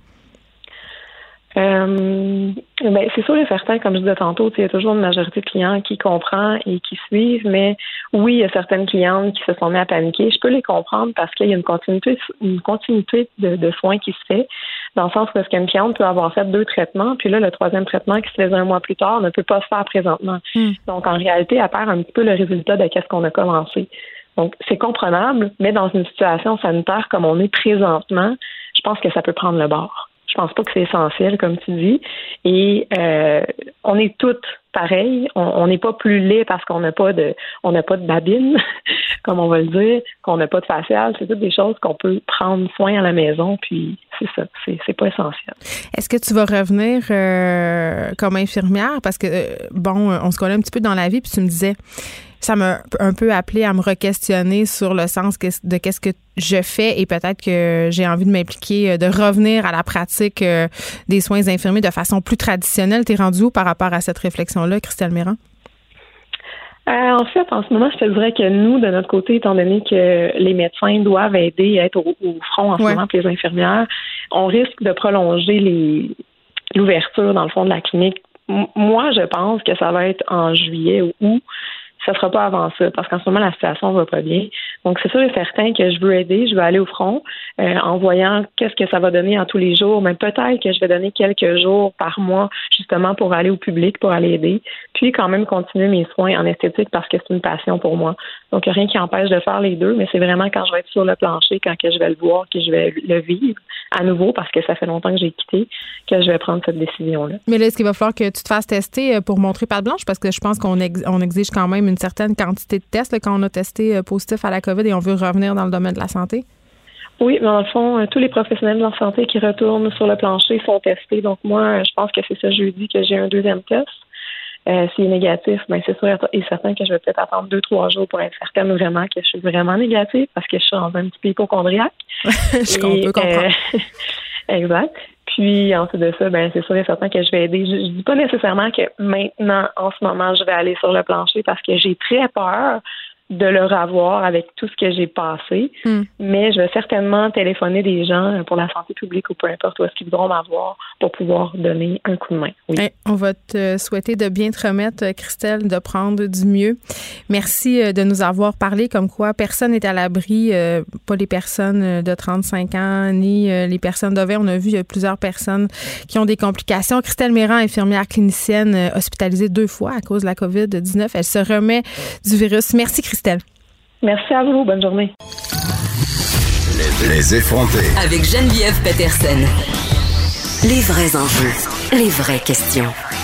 Euh, ben, c'est sûr et certain, comme je disais tantôt, il y a toujours une majorité de clients qui comprennent et qui suivent, mais oui, il y a certaines clientes qui se sont mis à paniquer. Je peux les comprendre parce qu'il y a une continuité, une continuité de, de soins qui se fait, dans le sens où est-ce qu'une cliente peut avoir fait deux traitements, puis là, le troisième traitement qui se faisait un mois plus tard ne peut pas se faire présentement. Mm. Donc, en réalité, elle perd un petit peu le résultat de qu'est-ce qu'on a commencé. Donc, c'est comprenable, mais dans une situation sanitaire comme on est présentement, je pense que ça peut prendre le bord. Je pense pas que c'est essentiel, comme tu dis. Et euh, on est toutes pareilles. On n'est pas plus laid parce qu'on n'a pas de on n'a pas de babine, comme on va le dire, qu'on n'a pas de facial. C'est toutes des choses qu'on peut prendre soin à la maison, puis c'est ça. C'est, c'est pas essentiel. Est-ce que tu vas revenir euh, comme infirmière? Parce que, euh, bon, on se connaît un petit peu dans la vie, puis tu me disais... Ça m'a un peu appelé à me re-questionner sur le sens de qu'est-ce que je fais et peut-être que j'ai envie de m'impliquer, de revenir à la pratique des soins infirmiers de façon plus traditionnelle. T'es rendu où par rapport à cette réflexion-là, Christelle Méran? Euh, en fait, en ce moment, je te dirais que nous, de notre côté, étant donné que les médecins doivent aider à être au, au front en ce ouais. moment pour les infirmières, on risque de prolonger les, l'ouverture, dans le fond, de la clinique. M- moi, je pense que ça va être en juillet ou août. Ça ne sera pas avant ça, parce qu'en ce moment, la situation va pas bien. Donc, c'est sûr et certain que je veux aider, je veux aller au front, euh, en voyant qu'est-ce que ça va donner en tous les jours, mais peut-être que je vais donner quelques jours par mois, justement, pour aller au public, pour aller aider, puis quand même continuer mes soins en esthétique, parce que c'est une passion pour moi. Donc, il n'y a rien qui empêche de faire les deux, mais c'est vraiment quand je vais être sur le plancher, quand que je vais le voir, que je vais le vivre à nouveau, parce que ça fait longtemps que j'ai quitté, que je vais prendre cette décision-là. Mais là, est-ce qu'il va falloir que tu te fasses tester pour montrer patte blanche? Parce que je pense qu'on ex- on exige quand même une certaine quantité de tests là, quand on a testé positif à la COVID et on veut revenir dans le domaine de la santé? Oui, mais dans le fond, tous les professionnels de la santé qui retournent sur le plancher sont testés. Donc moi, je pense que c'est ce jeudi que j'ai un deuxième test. Euh, s'il est négatif, ben c'est sûr et certain que je vais peut-être attendre deux, trois jours pour être certaine vraiment que je suis vraiment négative parce que je suis dans un petit peu hypochondriaque. Je et, peux comprendre. Euh, exact. Puis ensuite de ça, ben c'est sûr et certain que je vais aider. Je, je dis pas nécessairement que maintenant, en ce moment, je vais aller sur le plancher parce que j'ai très peur de le revoir avec tout ce que j'ai passé, mm. mais je vais certainement téléphoner des gens pour la santé publique ou peu importe où est-ce qu'ils voudront m'avoir pour pouvoir donner un coup de main. Oui. Hey, on va te souhaiter de bien te remettre, Christelle, de prendre du mieux. Merci de nous avoir parlé comme quoi personne n'est à l'abri, euh, pas les personnes de trente-cinq ans ni euh, les personnes de vingt. On a vu il y a plusieurs personnes qui ont des complications. Christelle Méran, infirmière clinicienne, euh, hospitalisée deux fois à cause de la covid dix-neuf. Elle se remet du virus. Merci, Christelle. Merci à vous. Bonne journée. Les, les effrontés. Avec Geneviève Peterson. Les vrais enjeux. Les vraies questions.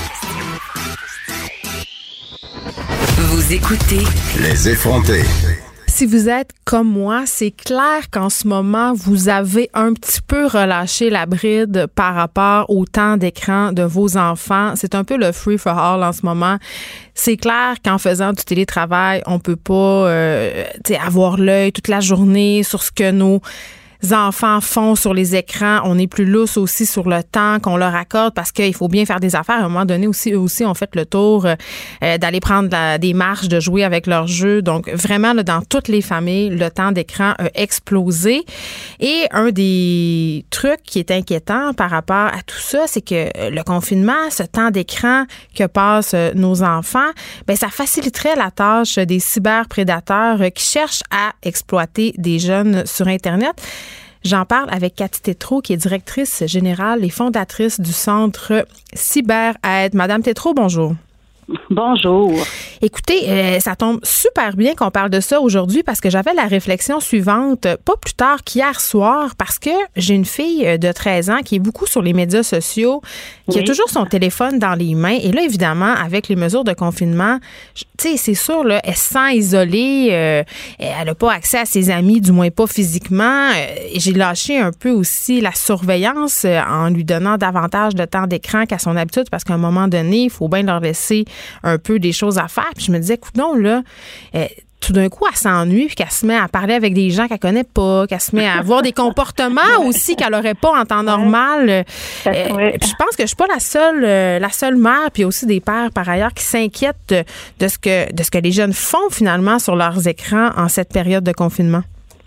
Vous écoutez Les effrontés. Si vous êtes comme moi, c'est clair qu'en ce moment, vous avez un petit peu relâché la bride par rapport au temps d'écran de vos enfants. C'est un peu le free for all en ce moment. C'est clair qu'en faisant du télétravail, on peut pas euh, avoir l'œil toute la journée sur ce que nos enfants font sur les écrans. On est plus lousse aussi sur le temps qu'on leur accorde parce qu'il faut bien faire des affaires. À un moment donné aussi, eux aussi ont fait le tour euh, d'aller prendre la, des marches, de jouer avec leurs jeux. Donc vraiment, là, dans toutes les familles, le temps d'écran a explosé. Et un des trucs qui est inquiétant par rapport à tout ça, c'est que le confinement, ce temps d'écran que passent nos enfants, ben ça faciliterait la tâche des cyberprédateurs qui cherchent à exploiter des jeunes sur Internet. J'en parle avec Cathy Tétrault, qui est directrice générale et fondatrice du Centre CyberAide. Madame Tétrault, bonjour. Bonjour. Écoutez, euh, ça tombe super bien qu'on parle de ça aujourd'hui parce que j'avais la réflexion suivante, pas plus tard qu'hier soir, parce que j'ai une fille de treize ans qui est beaucoup sur les médias sociaux, qui oui. a toujours son téléphone dans les mains. Et là, évidemment, avec les mesures de confinement, tu sais, c'est sûr, là, elle se sent isolée, euh, elle n'a pas accès à ses amis, du moins pas physiquement. Et j'ai lâché un peu aussi la surveillance en lui donnant davantage de temps d'écran qu'à son habitude parce qu'à un moment donné, il faut bien leur laisser un peu des choses à faire. Puis je me disais, écoute non, là, euh, tout d'un coup, elle s'ennuie puis qu'elle se met à parler avec des gens qu'elle connaît pas, qu'elle se met à avoir des comportements aussi qu'elle n'aurait pas en temps normal. Euh, ouais. Puis je pense que je suis pas la seule, euh, la seule mère, puis aussi des pères par ailleurs qui s'inquiètent de, de ce que de ce que les jeunes font finalement sur leurs écrans en cette période de confinement.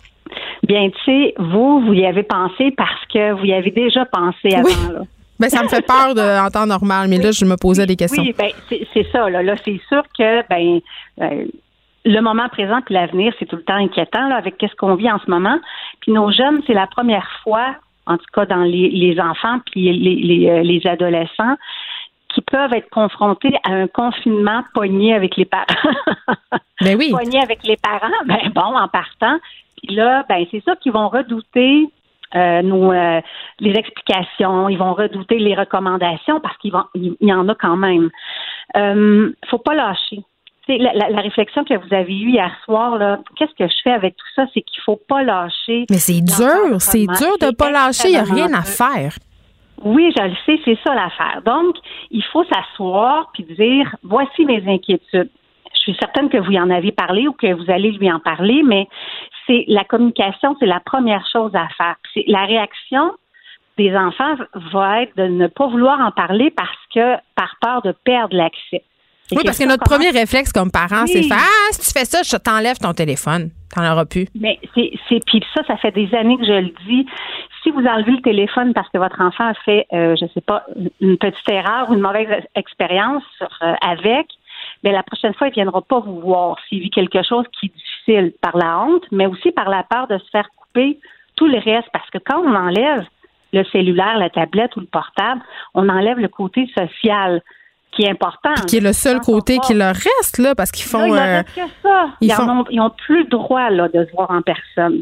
Bien, tu sais, vous, vous y avez pensé parce que vous y avez déjà pensé avant, oui. là. Ben, ça me fait peur de, en temps normal, mais là, je me posais des questions. Oui, ben, c'est, c'est ça, là. Là, c'est sûr que, ben, euh, le moment présent puis l'avenir, c'est tout le temps inquiétant, là, avec qu'est-ce qu'on vit en ce moment. Puis nos jeunes, c'est la première fois, en tout cas dans les, les enfants puis les, les, les adolescents, qui peuvent être confrontés à un confinement pogné avec les parents. Ben oui. Pogné avec les parents, ben bon, en partant. Puis là, ben, c'est ça qu'ils vont redouter. Euh, nos, euh, les explications, ils vont redouter les recommandations parce qu'il il y en a quand même. Euh, faut pas lâcher. La, la, la réflexion que vous avez eue hier soir, là, qu'est-ce que je fais avec tout ça, c'est qu'il faut pas lâcher. Mais c'est dur, c'est dur de pas lâcher, il n'y a rien à faire. Oui, je le sais, c'est ça l'affaire. Donc, il faut s'asseoir puis dire, voici mes inquiétudes. Je suis certaine que vous y en avez parlé ou que vous allez lui en parler, mais c'est la communication, c'est la première chose à faire. C'est la réaction des enfants va être de ne pas vouloir en parler parce que par peur de perdre l'accès. Et oui, parce que notre comment... premier réflexe comme parents, oui. c'est faire ah si tu fais ça, je t'enlève ton téléphone, t'en auras plus. Mais c'est c'est puis ça, ça fait des années que je le dis. Si vous enlevez le téléphone parce que votre enfant a fait, euh, je sais pas, une petite erreur ou une mauvaise expérience euh, avec. Mais la prochaine fois, il ne viendra pas vous voir s'il vit quelque chose qui est difficile par la honte, mais aussi par la peur de se faire couper tout le reste. Parce que quand on enlève le cellulaire, la tablette ou le portable, on enlève le côté social qui est important. Qui est le seul côté qui leur reste, là, parce qu'ils font... Là, il n'y a que ça. Ils, ils font... n'ont plus le droit là, de se voir en personne.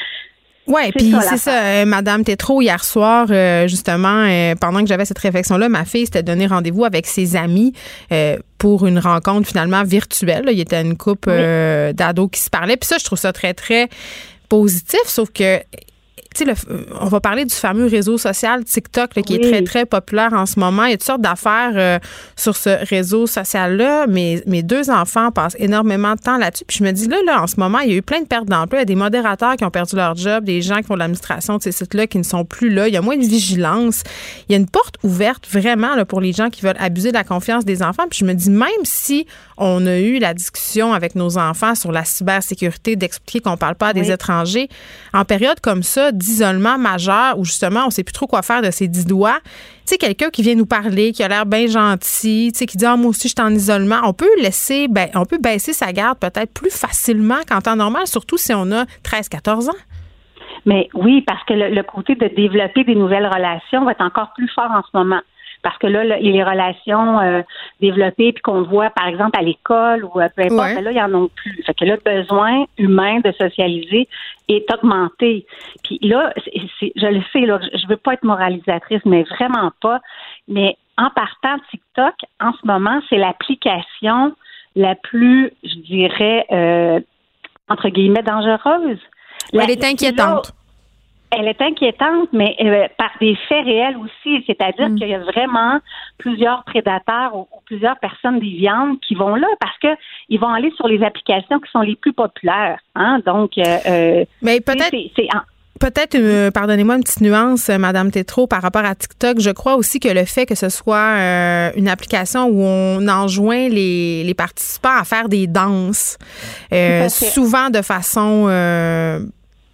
Oui, puis c'est ça, euh, Madame Tétrault, hier soir, euh, justement, euh, pendant que j'avais cette réflexion-là, ma fille s'était donné rendez-vous avec ses amis euh, pour une rencontre finalement virtuelle. Là. Il y était une couple euh, d'ados qui se parlaient. Puis ça, je trouve ça très, très positif, sauf que tu sais, on va parler du fameux réseau social TikTok là, qui oui. est très, très populaire en ce moment. Il y a toutes sortes d'affaires euh, sur ce réseau social-là. Mes, mes deux enfants passent énormément de temps là-dessus. Puis je me dis, là, là, en ce moment, il y a eu plein de pertes d'emploi. Il y a des modérateurs qui ont perdu leur job, des gens qui font de l'administration de ces sites-là qui ne sont plus là. Il y a moins de vigilance. Il y a une porte ouverte vraiment là, pour les gens qui veulent abuser de la confiance des enfants. Puis je me dis, même si on a eu la discussion avec nos enfants sur la cybersécurité, d'expliquer qu'on ne parle pas à des oui. étrangers, en période comme ça, d'isolement majeur, où justement, on ne sait plus trop quoi faire de ses dix doigts, tu sais, quelqu'un qui vient nous parler, qui a l'air bien gentil, tu sais, qui dit « Ah, moi aussi, je suis en isolement », on peut laisser, ben, on peut baisser sa garde peut-être plus facilement qu'en temps normal, surtout si on a treize quatorze ans. Mais oui, parce que le, le côté de développer des nouvelles relations va être encore plus fort en ce moment. Parce que là, les relations euh, développées, puis qu'on voit, par exemple, à l'école ou euh, peu importe, ouais. là, il n'y en a plus. Fait que là, le besoin humain de socialiser est augmenté. Puis là, c'est, c'est, je le sais, là, je veux pas être moralisatrice, mais vraiment pas. Mais en partant de TikTok, en ce moment, c'est l'application la plus, je dirais, euh, entre guillemets, dangereuse. La, Elle est inquiétante. Là, elle est inquiétante, mais euh, par des faits réels aussi. C'est-à-dire mmh. qu'il y a vraiment plusieurs prédateurs ou, ou plusieurs personnes déviantes qui vont là parce que ils vont aller sur les applications qui sont les plus populaires. Hein? Donc, euh, mais peut-être. C'est, c'est en... Peut-être, euh, pardonnez-moi une petite nuance, euh, Madame Tétrault, par rapport à TikTok. Je crois aussi que le fait que ce soit euh, une application où on enjoint les, les participants à faire des danses, euh, souvent de façon... Euh,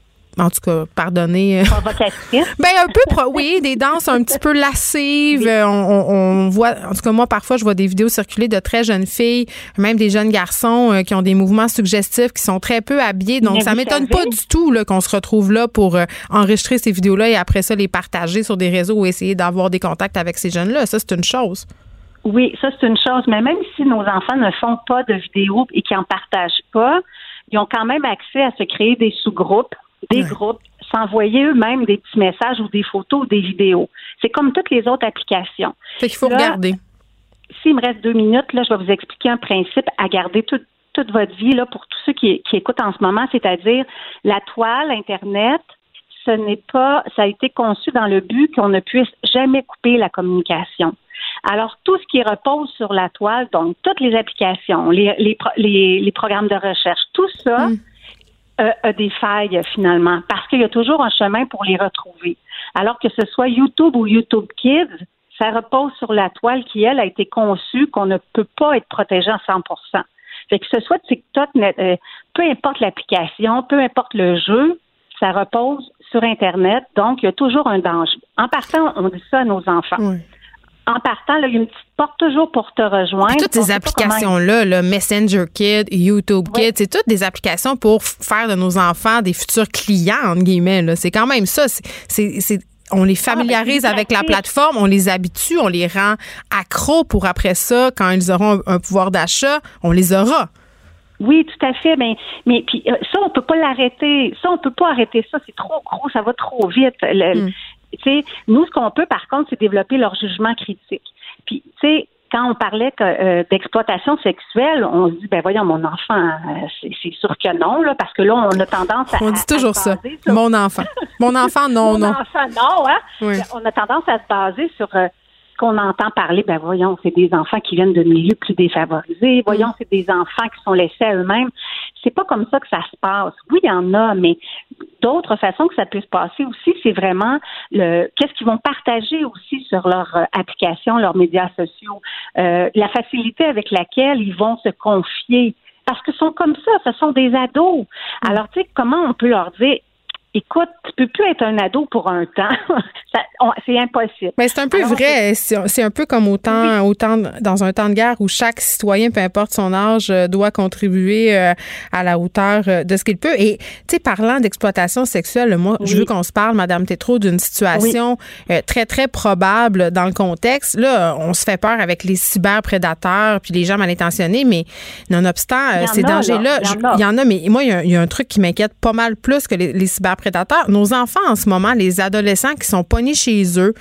en tout cas, pardonnez. Provocatrice. Ben un peu, pro- oui, des danses un petit peu lascives. Oui. On, on, on voit, en tout cas moi parfois je vois des vidéos circuler de très jeunes filles, même des jeunes garçons euh, qui ont des mouvements suggestifs, qui sont très peu habillés. Donc Mais ça m'étonne savez? pas du tout là, qu'on se retrouve là pour euh, enregistrer ces vidéos-là et après ça les partager sur des réseaux ou essayer d'avoir des contacts avec ces jeunes-là. Ça c'est une chose. Oui, ça c'est une chose. Mais même si nos enfants ne font pas de vidéos et qui en partagent pas, ils ont quand même accès à se créer des sous-groupes. Des ouais. groupes, s'envoyer eux-mêmes des petits messages ou des photos ou des vidéos. C'est comme toutes les autres applications. Fait qu'il faut là, regarder. S'il me reste deux minutes, là, je vais vous expliquer un principe à garder tout, toute votre vie là, pour tous ceux qui, qui écoutent en ce moment, c'est-à-dire la toile, Internet, ce n'est pas, ça a été conçu dans le but qu'on ne puisse jamais couper la communication. Alors, tout ce qui repose sur la toile, donc toutes les applications, les, les, les, les programmes de recherche, tout ça, mm. Euh, a des failles finalement, parce qu'il y a toujours un chemin pour les retrouver. Alors que ce soit YouTube ou YouTube Kids, ça repose sur la toile qui, elle, a été conçue qu'on ne peut pas être protégé à cent pour cent. Fait que ce soit TikTok, euh, peu importe l'application, peu importe le jeu, ça repose sur Internet, donc il y a toujours un danger. En partant, on dit ça à nos enfants. Oui. En partant, là, il y a une petite porte toujours pour te rejoindre. Puis toutes ces applications-là, là, Messenger Kid, YouTube Kid, oui. c'est toutes des applications pour faire de nos enfants des futurs clients, entre guillemets. Là. C'est quand même ça. C'est, c'est, c'est, on les familiarise ah, avec la plateforme, on les habitue, on les rend accros pour après ça, quand ils auront un, un pouvoir d'achat, on les aura. Oui, tout à fait. Mais, mais puis ça, on peut pas l'arrêter. Ça, on peut pas arrêter ça. C'est trop gros, ça va trop vite. Le, mm. Tu sais, nous, ce qu'on peut, par contre, c'est développer leur jugement critique. Puis, tu sais, quand on parlait que, euh, d'exploitation sexuelle, on se dit, ben voyons, mon enfant, euh, c'est, c'est sûr que non, là, parce que là, on a tendance à... On dit toujours ça. Sur... Mon enfant. Mon enfant, non, mon non. Mon enfant, non, hein? Oui. On a tendance à se baser sur... Euh, qu'on entend parler, ben voyons, c'est des enfants qui viennent de milieux plus défavorisés, voyons, c'est des enfants qui sont laissés à eux-mêmes. C'est pas comme ça que ça se passe. Oui, il y en a, mais d'autres façons que ça peut se passer aussi, c'est vraiment le qu'est-ce qu'ils vont partager aussi sur leur euh, application, leurs médias sociaux, euh, la facilité avec laquelle ils vont se confier. Parce que sont comme ça, ce sont des ados. Alors, tu sais, comment on peut leur dire, écoute, tu peux plus être un ado pour un temps. Ça, on, c'est impossible. Mais c'est un peu Alors, vrai. C'est, c'est un peu comme au temps, oui. au temps, dans un temps de guerre où chaque citoyen, peu importe son âge, doit contribuer euh, à la hauteur de ce qu'il peut. Et, tu sais, parlant d'exploitation sexuelle, moi, oui. je veux qu'on se parle, Madame Tétrault, d'une situation oui. euh, très, très probable dans le contexte. Là, on se fait peur avec les cyberprédateurs puis les gens mal intentionnés, mais nonobstant euh, ces a, dangers-là, il y, y en a. Mais moi, il y, y a un truc qui m'inquiète pas mal plus que les, les cyberprédateurs. Nos enfants, en ce moment, les adolescents qui sont pognés chez eux,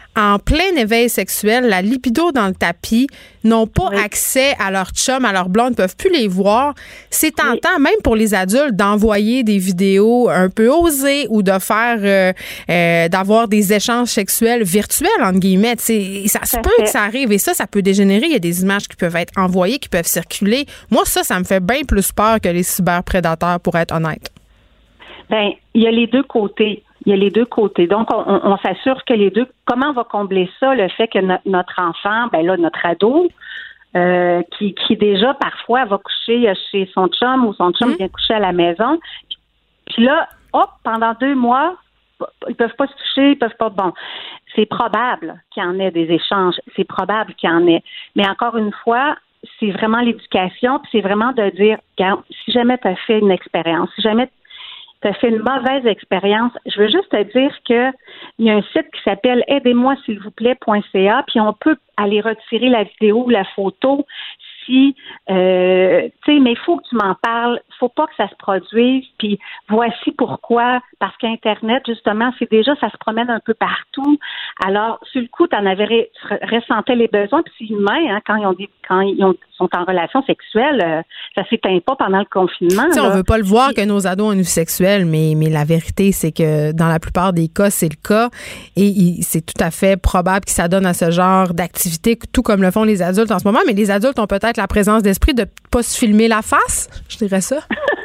en plein éveil sexuel, la libido dans le tapis, n'ont pas oui. accès à leur chum, à leur blonde, ne peuvent plus les voir. C'est tentant, oui. même pour les adultes, d'envoyer des vidéos un peu osées ou de faire, euh, euh, d'avoir des échanges sexuels virtuels, entre guillemets. T'sais, ça se peut fait. que ça arrive et ça, ça peut dégénérer. Il y a des images qui peuvent être envoyées, qui peuvent circuler. Moi, ça, ça me fait bien plus peur que les cyberprédateurs, pour être honnête. Bien, il y a les deux côtés. Il y a les deux côtés. Donc, on, on, on s'assure que les deux... Comment on va combler ça, le fait que no, notre enfant, ben là, notre ado, euh, qui, qui déjà, parfois, va coucher chez son chum ou son chum mmh. vient coucher à la maison. Puis, puis là, hop, pendant deux mois, ils peuvent pas se toucher, ils peuvent pas... Bon, c'est probable qu'il y en ait des échanges. C'est probable qu'il y en ait. Mais encore une fois, c'est vraiment l'éducation, puis c'est vraiment de dire, regarde, si jamais tu as fait une expérience, si jamais tu as fait une mauvaise expérience, je veux juste te dire que il y a un site qui s'appelle aidez-moi s'il vous plaît point c a, puis on peut aller retirer la vidéo ou la photo si, euh, tu sais, mais il faut que tu m'en parles, il faut pas que ça se produise, puis voici pourquoi, parce qu'Internet, justement, c'est déjà, ça se promène un peu partout, alors, sur le coup, tu en avais, ré, ressentais les besoins, puis c'est humain, hein, quand ils ont des, quand ils ont, sont en relation sexuelle, euh, ça s'éteint pas pendant le confinement. Tu sais, on veut pas le voir que nos ados ont une vie sexuelle, mais, mais la vérité, c'est que dans la plupart des cas, c'est le cas, et il, c'est tout à fait probable qu'ils s'adonnent à ce genre d'activité, tout comme le font les adultes en ce moment, mais les adultes ont peut-être la présence d'esprit de pas se filmer la face, je dirais ça.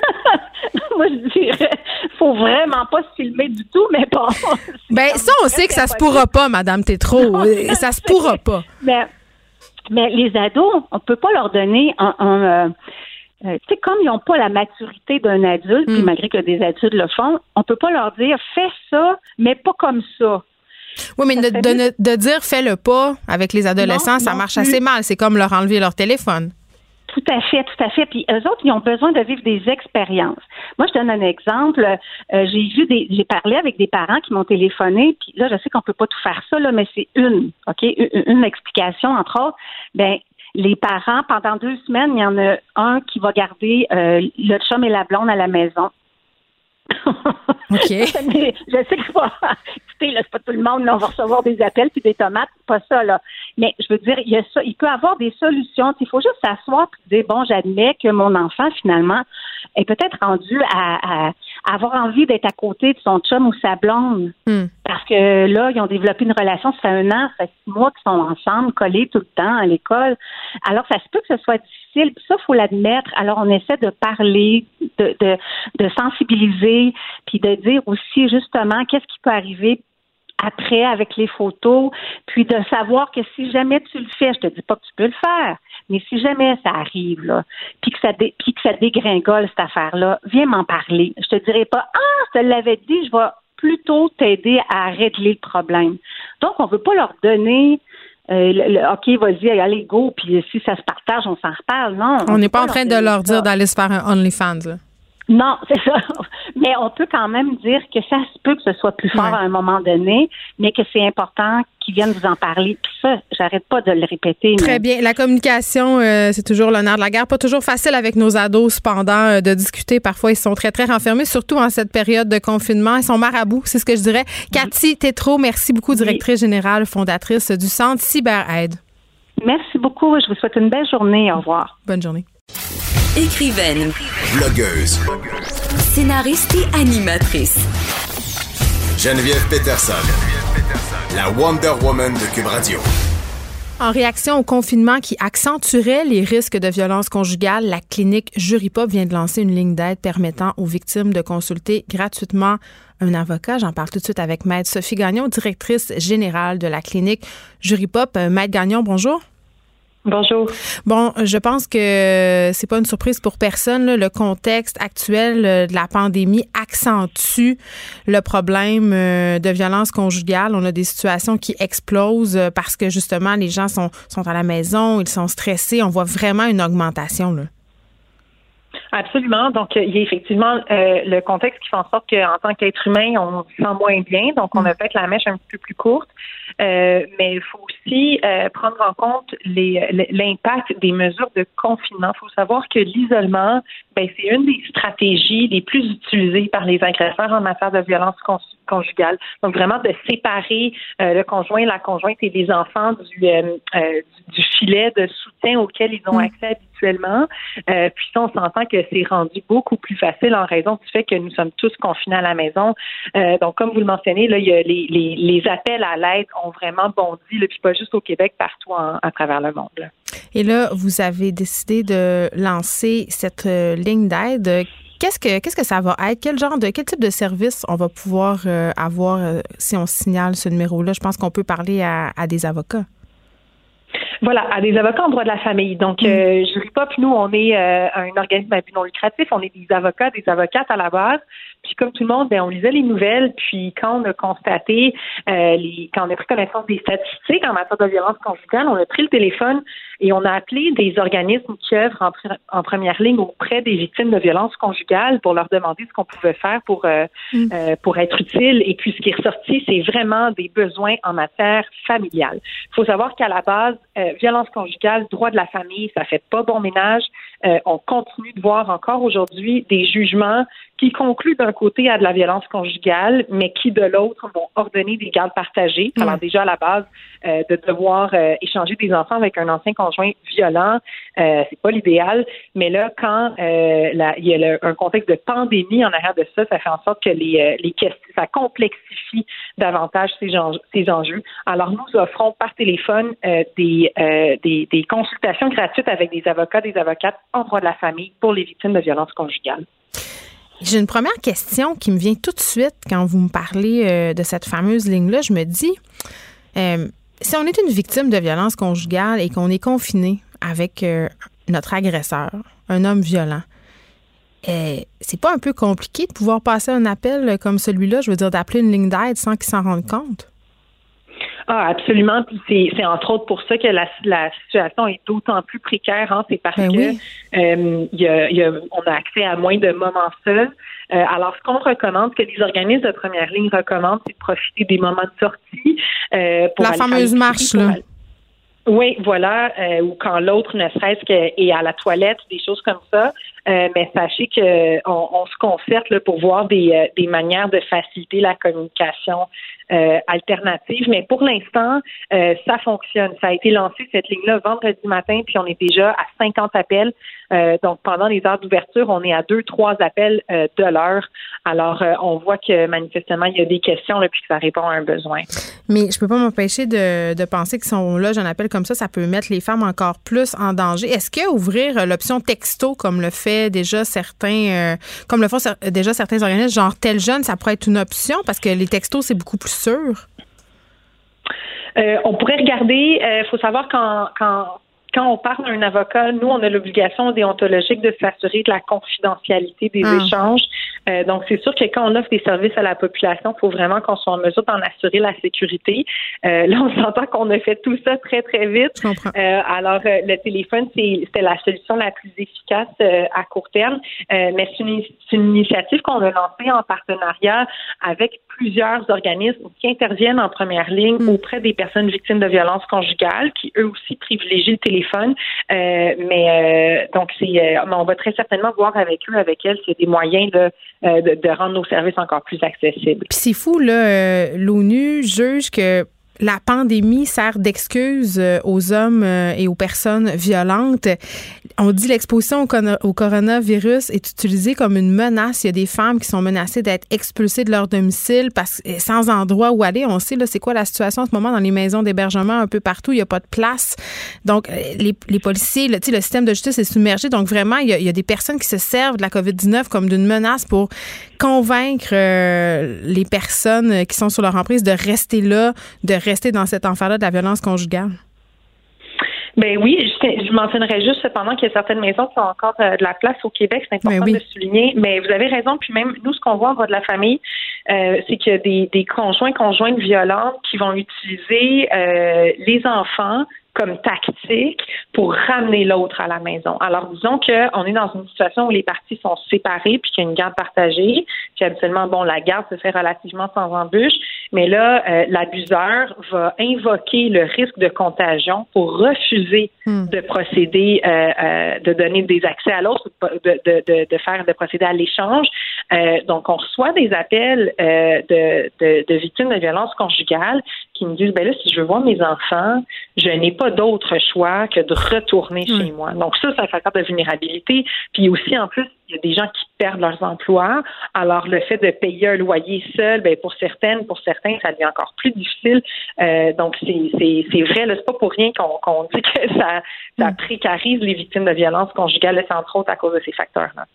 Moi, je dirais, faut vraiment pas se filmer du tout, mais bon. Ben, ça, on sait que ça se pourra pas, Madame Tétrault. Ça se pourra pas. Mais, mais les ados, on peut pas leur donner un... un euh, euh, tu sais, comme ils n'ont pas la maturité d'un adulte, mm. puis malgré que des adultes le font, on peut pas leur dire, fais ça, mais pas comme ça. Oui, mais de, de, de dire fais-le pas avec les adolescents, non, ça non marche plus. Assez mal. C'est comme leur enlever leur téléphone. Tout à fait, tout à fait. Puis eux autres, ils ont besoin de vivre des expériences. Moi, je donne un exemple. Euh, j'ai vu des, j'ai parlé avec des parents qui m'ont téléphoné. Puis là, je sais qu'on peut pas tout faire ça, là, mais c'est une, ok, une, une explication entre autres. Ben, les parents, pendant deux semaines, il y en a un qui va garder euh, le chum et la blonde à la maison. OK. Mais je sais que c'est pas, écoutez, là, c'est pas tout le monde, là, on va recevoir des appels puis des tomates, c'est pas ça, là. Mais je veux dire, il y a ça, il peut avoir des solutions. Il faut juste s'asseoir et dire, bon, j'admets que mon enfant, finalement, est peut-être rendu à, à, à avoir envie d'être à côté de son chum ou sa blonde. Mm. Parce que là, ils ont développé une relation, ça fait un an, ça fait six mois qu'ils sont ensemble, collés tout le temps à l'école. Alors, ça se peut que ce soit difficile, puis ça, il faut l'admettre. Alors, on essaie de parler, de, de, de sensibiliser, puis de dire aussi, justement, qu'est-ce qui peut arriver après avec les photos, puis de savoir que si jamais tu le fais, je te dis pas que tu peux le faire, mais si jamais ça arrive, là, puis que ça dé, puis que ça dégringole, cette affaire-là, viens m'en parler. Je te dirai pas, ah, je te l'avais dit, je vais plutôt t'aider à régler le problème. Donc, on veut pas leur donner euh, le, le, OK, vas-y, allez, go, puis si ça se partage, on s'en reparle. Non. On n'est pas en train de leur dire d'aller se faire un OnlyFans, là. Non, c'est ça. Mais on peut quand même dire que ça se peut que ce soit plus fort ouais. à un moment donné, mais que c'est important qu'ils viennent vous en parler. Puis ça, j'arrête pas de le répéter. Très mais... bien. La communication, euh, c'est toujours l'honneur de la guerre. Pas toujours facile avec nos ados, cependant, euh, de discuter. Parfois, ils sont très, très renfermés, surtout en cette période de confinement. Ils sont marabouts, c'est ce que je dirais. Oui. Cathy Tétrault, merci beaucoup, directrice oui. générale, fondatrice du Centre CyberAide. Merci beaucoup. Je vous souhaite une belle journée. Au revoir. Bonne journée. Écrivaine, blogueuse, scénariste et animatrice. Geneviève Peterson, la Wonder Woman de Cube Radio. En réaction au confinement qui accentuerait les risques de violence conjugale, la clinique Juripop vient de lancer une ligne d'aide permettant aux victimes de consulter gratuitement un avocat. J'en parle tout de suite avec Maître Sophie Gagnon, directrice générale de la clinique Juripop. Maître Gagnon, bonjour. Bonjour. Bon, je pense que c'est pas une surprise pour personne, là. Le contexte actuel de la pandémie accentue le problème de violence conjugale. On a des situations qui explosent parce que justement les gens sont sont à la maison, ils sont stressés. On voit vraiment une augmentation, là. Absolument. Donc, il y a effectivement euh, le contexte qui fait en sorte qu'en tant qu'être humain, on se sent moins bien. Donc, on a peut-être la mèche un petit peu plus courte. Euh, mais il faut aussi euh, prendre en compte les, l'impact des mesures de confinement. Il faut savoir que l'isolement, ben, c'est une des stratégies les plus utilisées par les agresseurs en matière de violence conjugale. Donc, vraiment de séparer euh, le conjoint, la conjointe et les enfants du, euh, euh, du, du filet de soutien auquel ils ont accès habituellement. Euh, puis ça, on s'entend que c'est rendu beaucoup plus facile en raison du fait que nous sommes tous confinés à la maison. Euh, donc, comme vous le mentionnez, là, il y a les, les, les appels à l'aide ont vraiment bondi, là, puis pas juste au Québec, partout en, à travers le monde. Là. Et là, vous avez décidé de lancer cette euh, ligne d'aide. Qu'est-ce que qu'est-ce que ça va être? Quel genre de quel type de service on va pouvoir euh, avoir euh, si on signale ce numéro-là? Je pense qu'on peut parler à, à des avocats. Voilà, à des avocats en droit de la famille. Donc, euh, Jurypop, nous, on est euh, un organisme à but non lucratif. On est des avocats, des avocates à la base. Puis, comme tout le monde, ben, on lisait les nouvelles. Puis, quand on a constaté, euh, les, quand on a pris connaissance des statistiques en matière de violence conjugale, on a pris le téléphone et on a appelé des organismes qui œuvrent en, pr- en première ligne auprès des victimes de violences conjugales pour leur demander ce qu'on pouvait faire pour euh, mm. euh, pour être utile. Et puis, ce qui est ressorti, c'est vraiment des besoins en matière familiale. Il faut savoir qu'à la base, euh, violence conjugale, droit de la famille, ça fait pas bon ménage. Euh, on continue de voir encore aujourd'hui des jugements qui concluent d'un côté à de la violence conjugale, mais qui de l'autre vont ordonner des gardes partagées. Mmh. Alors déjà à la base, euh, de devoir euh, échanger des enfants avec un ancien conjoint violent, euh, c'est pas l'idéal. Mais là, quand euh, la, il y a le, un contexte de pandémie en arrière de ça, ça fait en sorte que les, euh, les questions, ça complexifie davantage ces, enjeux, ces enjeux. Alors nous offrons par téléphone euh, des, euh, des des consultations gratuites avec des avocats, des avocates en droit de la famille pour les victimes de violences conjugales. J'ai une première question qui me vient tout de suite quand vous me parlez euh, de cette fameuse ligne-là. Je me dis, euh, si on est une victime de violence conjugale et qu'on est confiné avec euh, notre agresseur, un homme violent, euh, c'est pas un peu compliqué de pouvoir passer un appel comme celui-là, je veux dire d'appeler une ligne d'aide sans qu'il s'en rende compte? Ah, absolument. Puis c'est, c'est entre autres pour ça que la, la situation est d'autant plus précaire. Hein. C'est parce ben que oui. euh, y a, y a, on a accès à moins de moments seuls. Euh, alors, ce qu'on recommande, ce que les organismes de première ligne recommandent, c'est de profiter des moments de sortie. Euh, pour la fameuse marche, là. Aller... Oui, voilà, euh, ou quand l'autre ne serait-ce qu'est à la toilette, des choses comme ça. Euh, mais sachez que on, on se concerte là, pour voir des, euh, des manières de faciliter la communication euh, alternative. Mais pour l'instant, euh, ça fonctionne. Ça a été lancé, cette ligne-là, vendredi matin, puis on est déjà à cinquante appels. Euh, donc, pendant les heures d'ouverture, on est à deux, trois appels euh, de l'heure. Alors, euh, on voit que manifestement, il y a des questions là, puis que ça répond à un besoin. Mais je peux pas m'empêcher de, de penser que si on loge un appel comme ça, ça peut mettre les femmes encore plus en danger. Est-ce que ouvrir l'option texto, comme le fait déjà certains, euh, comme le font déjà certains organismes, genre tel jeune, ça pourrait être une option parce que les textos, c'est beaucoup plus sûr? Euh, on pourrait regarder, il euh, faut savoir quand, quand Quand on parle à un avocat, nous, on a l'obligation déontologique de s'assurer de la confidentialité des ah. échanges. Euh, donc, c'est sûr que quand on offre des services à la population, il faut vraiment qu'on soit en mesure d'en assurer la sécurité. Euh, là, on s'entend qu'on a fait tout ça très, très vite. Je comprends. Euh, alors, euh, le téléphone, c'est, c'était la solution la plus efficace euh, à court terme. Euh, mais c'est une, c'est une initiative qu'on a lancée en partenariat avec plusieurs organismes qui interviennent en première ligne mm. auprès des personnes victimes de violences conjugales, qui eux aussi privilégient le téléphone. Euh, mais euh, donc, c'est, euh, on va très certainement voir avec eux, avec elles, s'il y a des moyens de, euh, de, de rendre nos services encore plus accessibles. Puis c'est fou, là, euh, l'ONU juge que la pandémie sert d'excuse aux hommes et aux personnes violentes. On dit l'exposition au, con- au coronavirus est utilisée comme une menace. Il y a des femmes qui sont menacées d'être expulsées de leur domicile parce que sans endroit où aller. On sait là c'est quoi la situation en ce moment dans les maisons d'hébergement un peu partout. Il n'y a pas de place. Donc les, les policiers, le, le système de justice est submergé. Donc vraiment, il y, a, il y a des personnes qui se servent de la covid dix-neuf comme d'une menace pour convaincre euh, les personnes qui sont sur leur emprise de rester là, de rester dans cet enfer-là de la violence conjugale? Ben oui, je, je mentionnerais juste cependant qu'il y a certaines maisons qui ont encore de, de la place au Québec, c'est important oui. de souligner, mais vous avez raison, puis même nous, ce qu'on voit en droit de la famille, euh, c'est qu'il y a des, des conjoints, conjointes violentes qui vont utiliser euh, les enfants comme tactique pour ramener l'autre à la maison. Alors, disons qu'on est dans une situation où les parties sont séparées puis qu'il y a une garde partagée, puis habituellement, bon, la garde se fait relativement sans embûche, mais là, euh, l'abuseur va invoquer le risque de contagion pour refuser mm. de procéder, euh, euh, de donner des accès à l'autre, de, de, de, de faire, de procéder à l'échange. Euh, donc, on reçoit des appels euh, de, de, de victimes de violences conjugales qui me disent, ben là, si je veux voir mes enfants, je n'ai pas d'autre choix que de retourner mmh. chez moi. Donc ça, c'est un facteur de vulnérabilité. Puis aussi, en plus, il y a des gens qui perdent leurs emplois. Alors, le fait de payer un loyer seul, ben pour certaines, pour certains, ça devient encore plus difficile. Euh, donc, c'est, c'est, c'est vrai, là, c'est pas pour rien qu'on, qu'on dit que ça, ça précarise les victimes de violences conjugales. Là, c'est entre autres à cause de ces facteurs-là.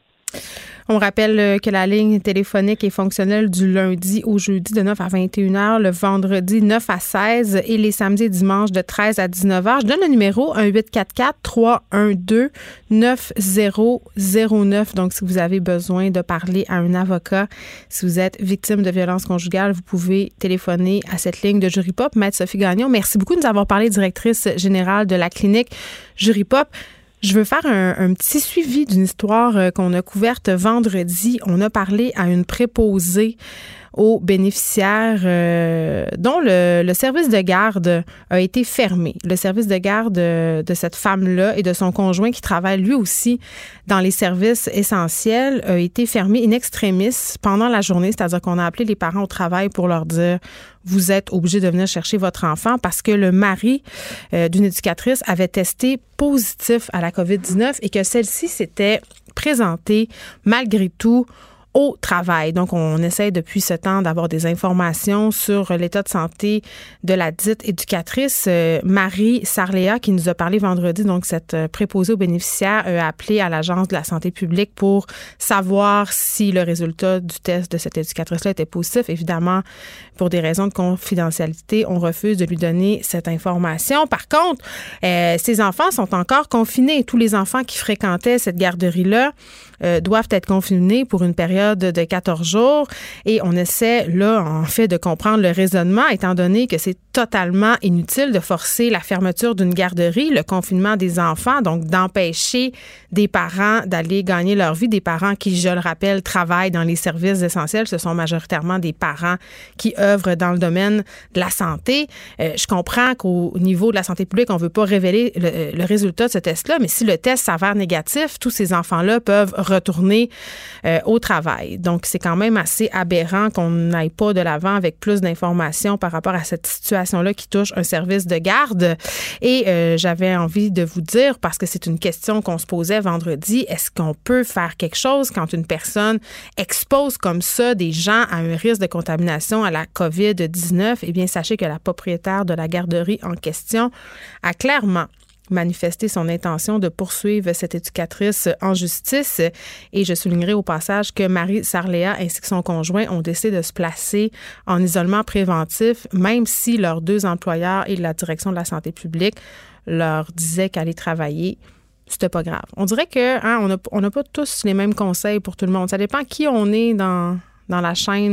On rappelle que la ligne téléphonique est fonctionnelle du lundi au jeudi de neuf à vingt et une heures, le vendredi neuf à seize et les samedis et dimanches de treize à dix-neuf heures. Je donne le numéro un huit quatre quatre trois un deux neuf zéro zéro neuf. Donc, si vous avez besoin de parler à un avocat, si vous êtes victime de violences conjugales, vous pouvez téléphoner à cette ligne de Jury Pop. Maître Sophie Gagnon, merci beaucoup de nous avoir parlé, directrice générale de la clinique Jury Pop. Je veux faire un, un petit suivi d'une histoire euh, qu'on a couverte vendredi. On a parlé à une préposée aux bénéficiaires euh, dont le, le service de garde a été fermé. Le service de garde de, de cette femme-là et de son conjoint qui travaille lui aussi dans les services essentiels a été fermé in extremis pendant la journée, c'est-à-dire qu'on a appelé les parents au travail pour leur dire « Vous êtes obligés de venir chercher votre enfant » parce que le mari euh, d'une éducatrice avait testé positif à la covid dix-neuf et que celle-ci s'était présentée malgré tout au travail. Donc, on essaie depuis ce temps d'avoir des informations sur l'état de santé de la dite éducatrice. Euh, Marie Sarléa, qui nous a parlé vendredi, donc cette préposée aux bénéficiaires, a appelé à l'Agence de la santé publique pour savoir si le résultat du test de cette éducatrice-là était positif. Évidemment, pour des raisons de confidentialité, on refuse de lui donner cette information. Par contre, euh, ces enfants sont encore confinés. Tous les enfants qui fréquentaient cette garderie-là euh, doivent être confinés pour une période de quatorze jours et on essaie là en fait de comprendre le raisonnement étant donné que c'est totalement inutile de forcer la fermeture d'une garderie, le confinement des enfants, donc d'empêcher des parents d'aller gagner leur vie, des parents qui, je le rappelle, travaillent dans les services essentiels. Ce sont majoritairement des parents qui œuvrent dans le domaine de la santé. Euh, je comprends qu'au niveau de la santé publique, on ne veut pas révéler le, le résultat de ce test-là, mais si le test s'avère négatif, tous ces enfants-là peuvent retourner euh, au travail. Donc, c'est quand même assez aberrant qu'on n'aille pas de l'avant avec plus d'informations par rapport à cette situation-là qui touche un service de garde. Et euh, j'avais envie de vous dire, parce que c'est une question qu'on se posait vendredi, est-ce qu'on peut faire quelque chose quand une personne expose comme ça des gens à un risque de contamination à la covid dix-neuf? Eh bien, sachez que la propriétaire de la garderie en question a clairement manifester son intention de poursuivre cette éducatrice en justice. Et je soulignerai au passage que Marie Sarléa ainsi que son conjoint ont décidé de se placer en isolement préventif, même si leurs deux employeurs et la direction de la santé publique leur disaient qu'aller travailler, c'était pas grave. On dirait que hein, on n'a on n'a pas tous les mêmes conseils pour tout le monde. Ça dépend qui on est dans... dans la chaîne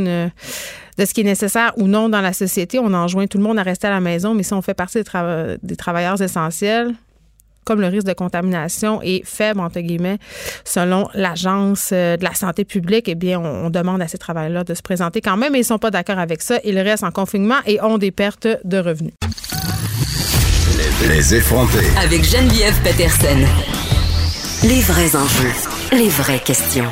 de ce qui est nécessaire ou non dans la société. On enjoint tout le monde à rester à la maison, mais si on fait partie des, tra- des travailleurs essentiels, comme le risque de contamination est faible, entre guillemets, selon l'Agence de la santé publique, eh bien, on, on demande à ces travailleurs-là de se présenter quand même, mais ils ne sont pas d'accord avec ça. Ils restent en confinement et ont des pertes de revenus. Les, les effrontés. Avec Geneviève Peterson. Les vrais enjeux, les vraies questions.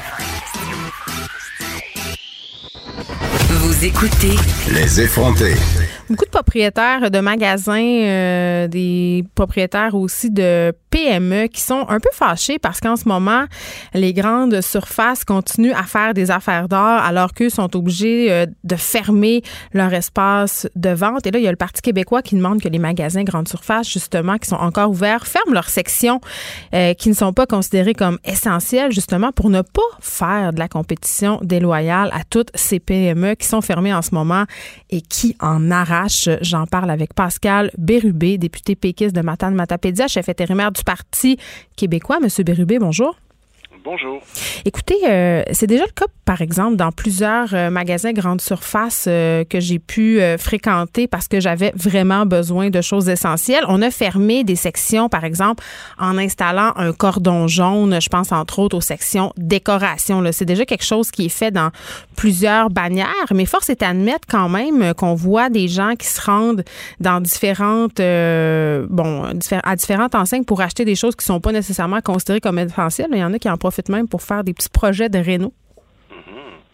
Vous écoutez Les effrontés. Beaucoup de propriétaires de magasins, euh, des propriétaires aussi de P M E qui sont un peu fâchés parce qu'en ce moment, les grandes surfaces continuent à faire des affaires d'or alors qu'eux sont obligés euh, de fermer leur espace de vente. Et là, il y a le Parti québécois qui demande que les magasins grandes surfaces, justement, qui sont encore ouverts, ferment leurs sections euh, qui ne sont pas considérées comme essentielles, justement, pour ne pas faire de la compétition déloyale à toutes ces P M E qui sont fermées en ce moment et qui en arrachent. J'en parle avec Pascal Bérubé, député péquiste de Matane-Matapédia, chef intérimaire du Parti québécois. Monsieur Bérubé, bonjour. Bonjour. Écoutez, euh, c'est déjà le cas, par exemple, dans plusieurs euh, magasins grande surface euh, que j'ai pu euh, fréquenter parce que j'avais vraiment besoin de choses essentielles. On a fermé des sections, par exemple, en installant un cordon jaune. Je pense, entre autres, aux sections décoration. Là. C'est déjà quelque chose qui est fait dans plusieurs bannières, mais force est d'admettre quand même qu'on voit des gens qui se rendent dans différentes, euh, bon, à différentes enseignes pour acheter des choses qui ne sont pas nécessairement considérées comme essentielles. Il y en a qui en profitent même pour faire des petits projets de réno. Mm-hmm.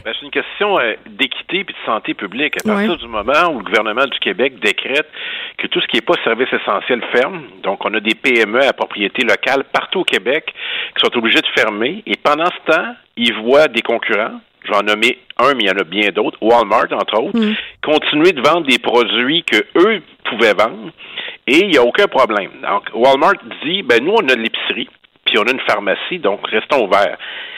Ben, c'est une question euh, d'équité et de santé publique. À partir oui. du moment où le gouvernement du Québec décrète que tout ce qui n'est pas service essentiel ferme, donc on a des P M E à propriété locale partout au Québec qui sont obligés de fermer, et pendant ce temps, ils voient des concurrents, je vais en nommer un, mais il y en a bien d'autres, Walmart, entre autres, mm. continuer de vendre des produits que eux pouvaient vendre, et il n'y a aucun problème. Donc, Walmart dit, ben nous, on a de l'épicerie, puis on a une pharmacie, donc restons ouverts.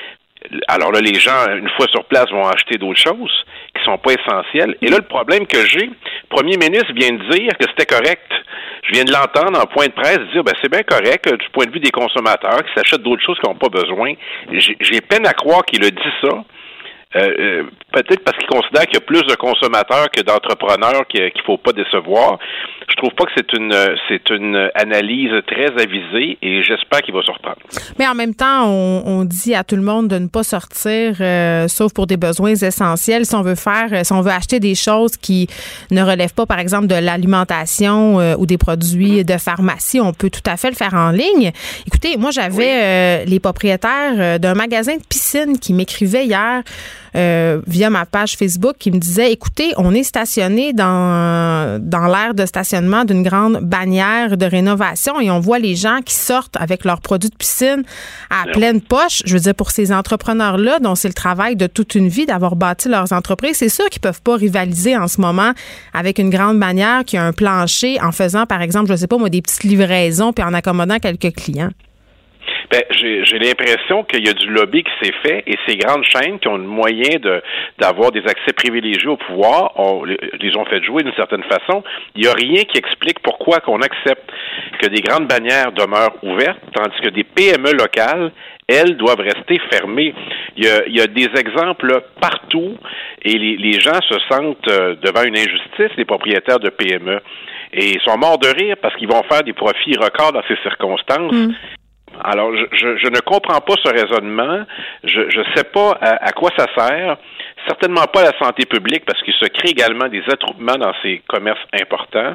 Alors là, les gens, une fois sur place, vont acheter d'autres choses qui sont pas essentielles. Et là, le problème que j'ai, le premier ministre vient de dire que c'était correct. Je viens de l'entendre en point de presse dire, ben c'est bien correct du point de vue des consommateurs qui s'achètent d'autres choses qu'ils n'ont pas besoin. J'ai, j'ai peine à croire qu'il a dit ça. Euh, euh, peut-être parce qu'il considère qu'il y a plus de consommateurs que d'entrepreneurs qu'il ne faut pas décevoir. Je trouve pas que c'est une c'est une analyse très avisée et j'espère qu'il va se reprendre. Mais en même temps, on, on dit à tout le monde de ne pas sortir, euh, sauf pour des besoins essentiels. Si on veut faire, si on veut acheter des choses qui ne relèvent pas, par exemple, de l'alimentation euh, ou des produits de pharmacie, on peut tout à fait le faire en ligne. Écoutez, moi, j'avais oui. euh, les propriétaires d'un magasin de piscine qui m'écrivaient hier Euh, via ma page Facebook qui me disait, écoutez, on est stationné dans, dans l'aire de stationnement d'une grande bannière de rénovation et on voit les gens qui sortent avec leurs produits de piscine à oui. pleine poche. Je veux dire, pour ces entrepreneurs-là, dont c'est le travail de toute une vie d'avoir bâti leurs entreprises, c'est sûr qu'ils peuvent pas rivaliser en ce moment avec une grande bannière qui a un plancher en faisant, par exemple, je sais pas moi, des petites livraisons puis en accommodant quelques clients. Ben, j'ai, j'ai l'impression qu'il y a du lobby qui s'est fait et ces grandes chaînes qui ont le moyen de d'avoir des accès privilégiés au pouvoir, on les ont fait jouer d'une certaine façon. Il n'y a rien qui explique pourquoi qu'on accepte que des grandes bannières demeurent ouvertes, tandis que des P M E locales, elles, doivent rester fermées. Il y a, il y a des exemples partout et les, les gens se sentent devant une injustice, les propriétaires de P M E, et ils sont morts de rire parce qu'ils vont faire des profits records dans ces circonstances. Mmh. Alors, je, je, je ne comprends pas ce raisonnement. Je ne sais pas à, à quoi ça sert. Certainement pas à la santé publique, parce qu'il se crée également des attroupements dans ces commerces importants.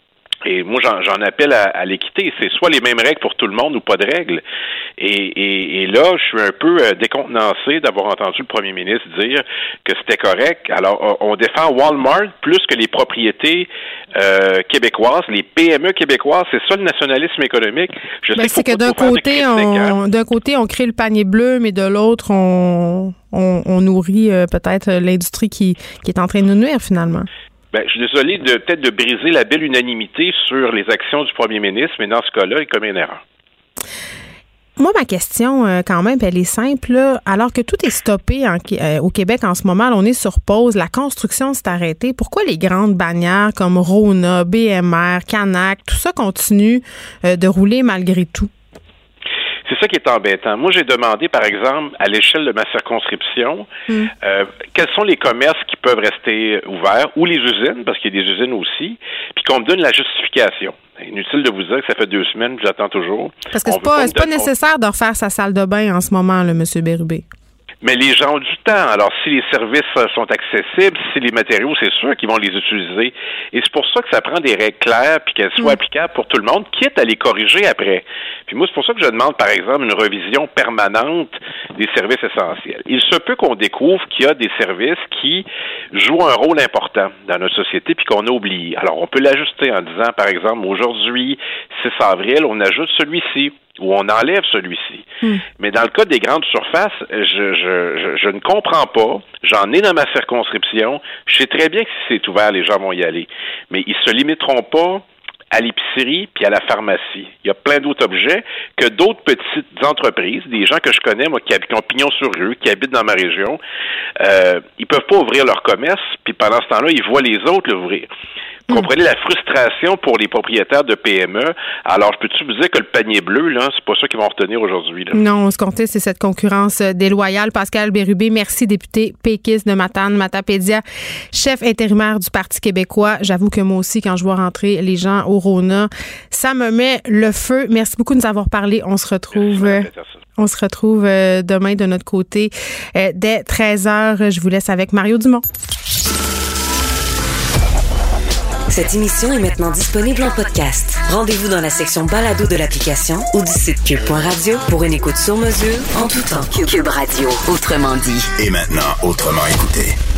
Et moi, j'en, j'en appelle à, à l'équité. C'est soit les mêmes règles pour tout le monde ou pas de règles. Et, et, et là, je suis un peu décontenancé d'avoir entendu le premier ministre dire que c'était correct. Alors, on défend Walmart plus que les propriétés euh, québécoises, les P M E québécoises. C'est ça le nationalisme économique. Je ben, sais c'est que d'un côté, on, d'un côté, on crée le panier bleu, mais de l'autre, on, on, on nourrit euh, peut-être l'industrie qui, qui est en train de nous nuire, finalement. Ben, je suis désolé de peut-être de briser la belle unanimité sur les actions du premier ministre, mais dans ce cas-là, il commet une erreur. Moi, ma question, euh, quand même, elle est simple. Là. Alors que tout est stoppé en, euh, au Québec en ce moment, là, on est sur pause, la construction s'est arrêtée. Pourquoi les grandes bannières comme Rona, B M R, Canac, tout ça continue euh, de rouler malgré tout? C'est ça qui est embêtant. Moi, j'ai demandé, par exemple, à l'échelle de ma circonscription, mm. euh, quels sont les commerces qui peuvent rester ouverts, ou les usines, parce qu'il y a des usines aussi, puis qu'on me donne la justification. Inutile de vous dire que ça fait deux semaines que j'attends toujours. Parce que c'est pas, c'est pas nécessaire de refaire sa salle de bain en ce moment, là, M. Bérubé. Mais les gens ont du temps. Alors, si les services sont accessibles, si les matériaux, c'est sûr qu'ils vont les utiliser. Et c'est pour ça que ça prend des règles claires puis qu'elles soient mmh. applicables pour tout le monde, quitte à les corriger après. Puis moi, c'est pour ça que je demande, par exemple, une revision permanente des services essentiels. Il se peut qu'on découvre qu'il y a des services qui jouent un rôle important dans notre société puis qu'on a oublié. Alors, on peut l'ajuster en disant, par exemple, aujourd'hui, six avril, on ajoute celui-ci, ou on enlève celui-ci. Mm. Mais dans le cas des grandes surfaces, je, je, je, je ne comprends pas. J'en ai dans ma circonscription. Je sais très bien que si c'est ouvert, les gens vont y aller. Mais ils se limiteront pas à l'épicerie puis à la pharmacie. Il y a plein d'autres objets que d'autres petites entreprises, des gens que je connais, moi, qui, qui ont pignon sur rue, qui habitent dans ma région, euh, ils peuvent pas ouvrir leur commerce, puis pendant ce temps-là, ils voient les autres l'ouvrir. Vous comprenez la frustration pour les propriétaires de P M E. Alors, je peux-tu vous dire que le panier bleu, là, c'est pas ça qu'ils vont retenir aujourd'hui, là? Non, ce qu'on comptait, c'est cette concurrence déloyale. Pascal Bérubé, merci, député péquiste de Matane, Matapédia, chef intérimaire du Parti québécois. J'avoue que moi aussi, quand je vois rentrer les gens au Rona, ça me met le feu. Merci beaucoup de nous avoir parlé. On se retrouve... Merci, on se retrouve demain de notre côté dès treize heures. Je vous laisse avec Mario Dumont. Cette émission est maintenant disponible en podcast. Rendez-vous dans la section balado de l'application ou du site cube point radio pour une écoute sur mesure en tout temps. Cube Radio, autrement dit. Et maintenant, autrement écouté.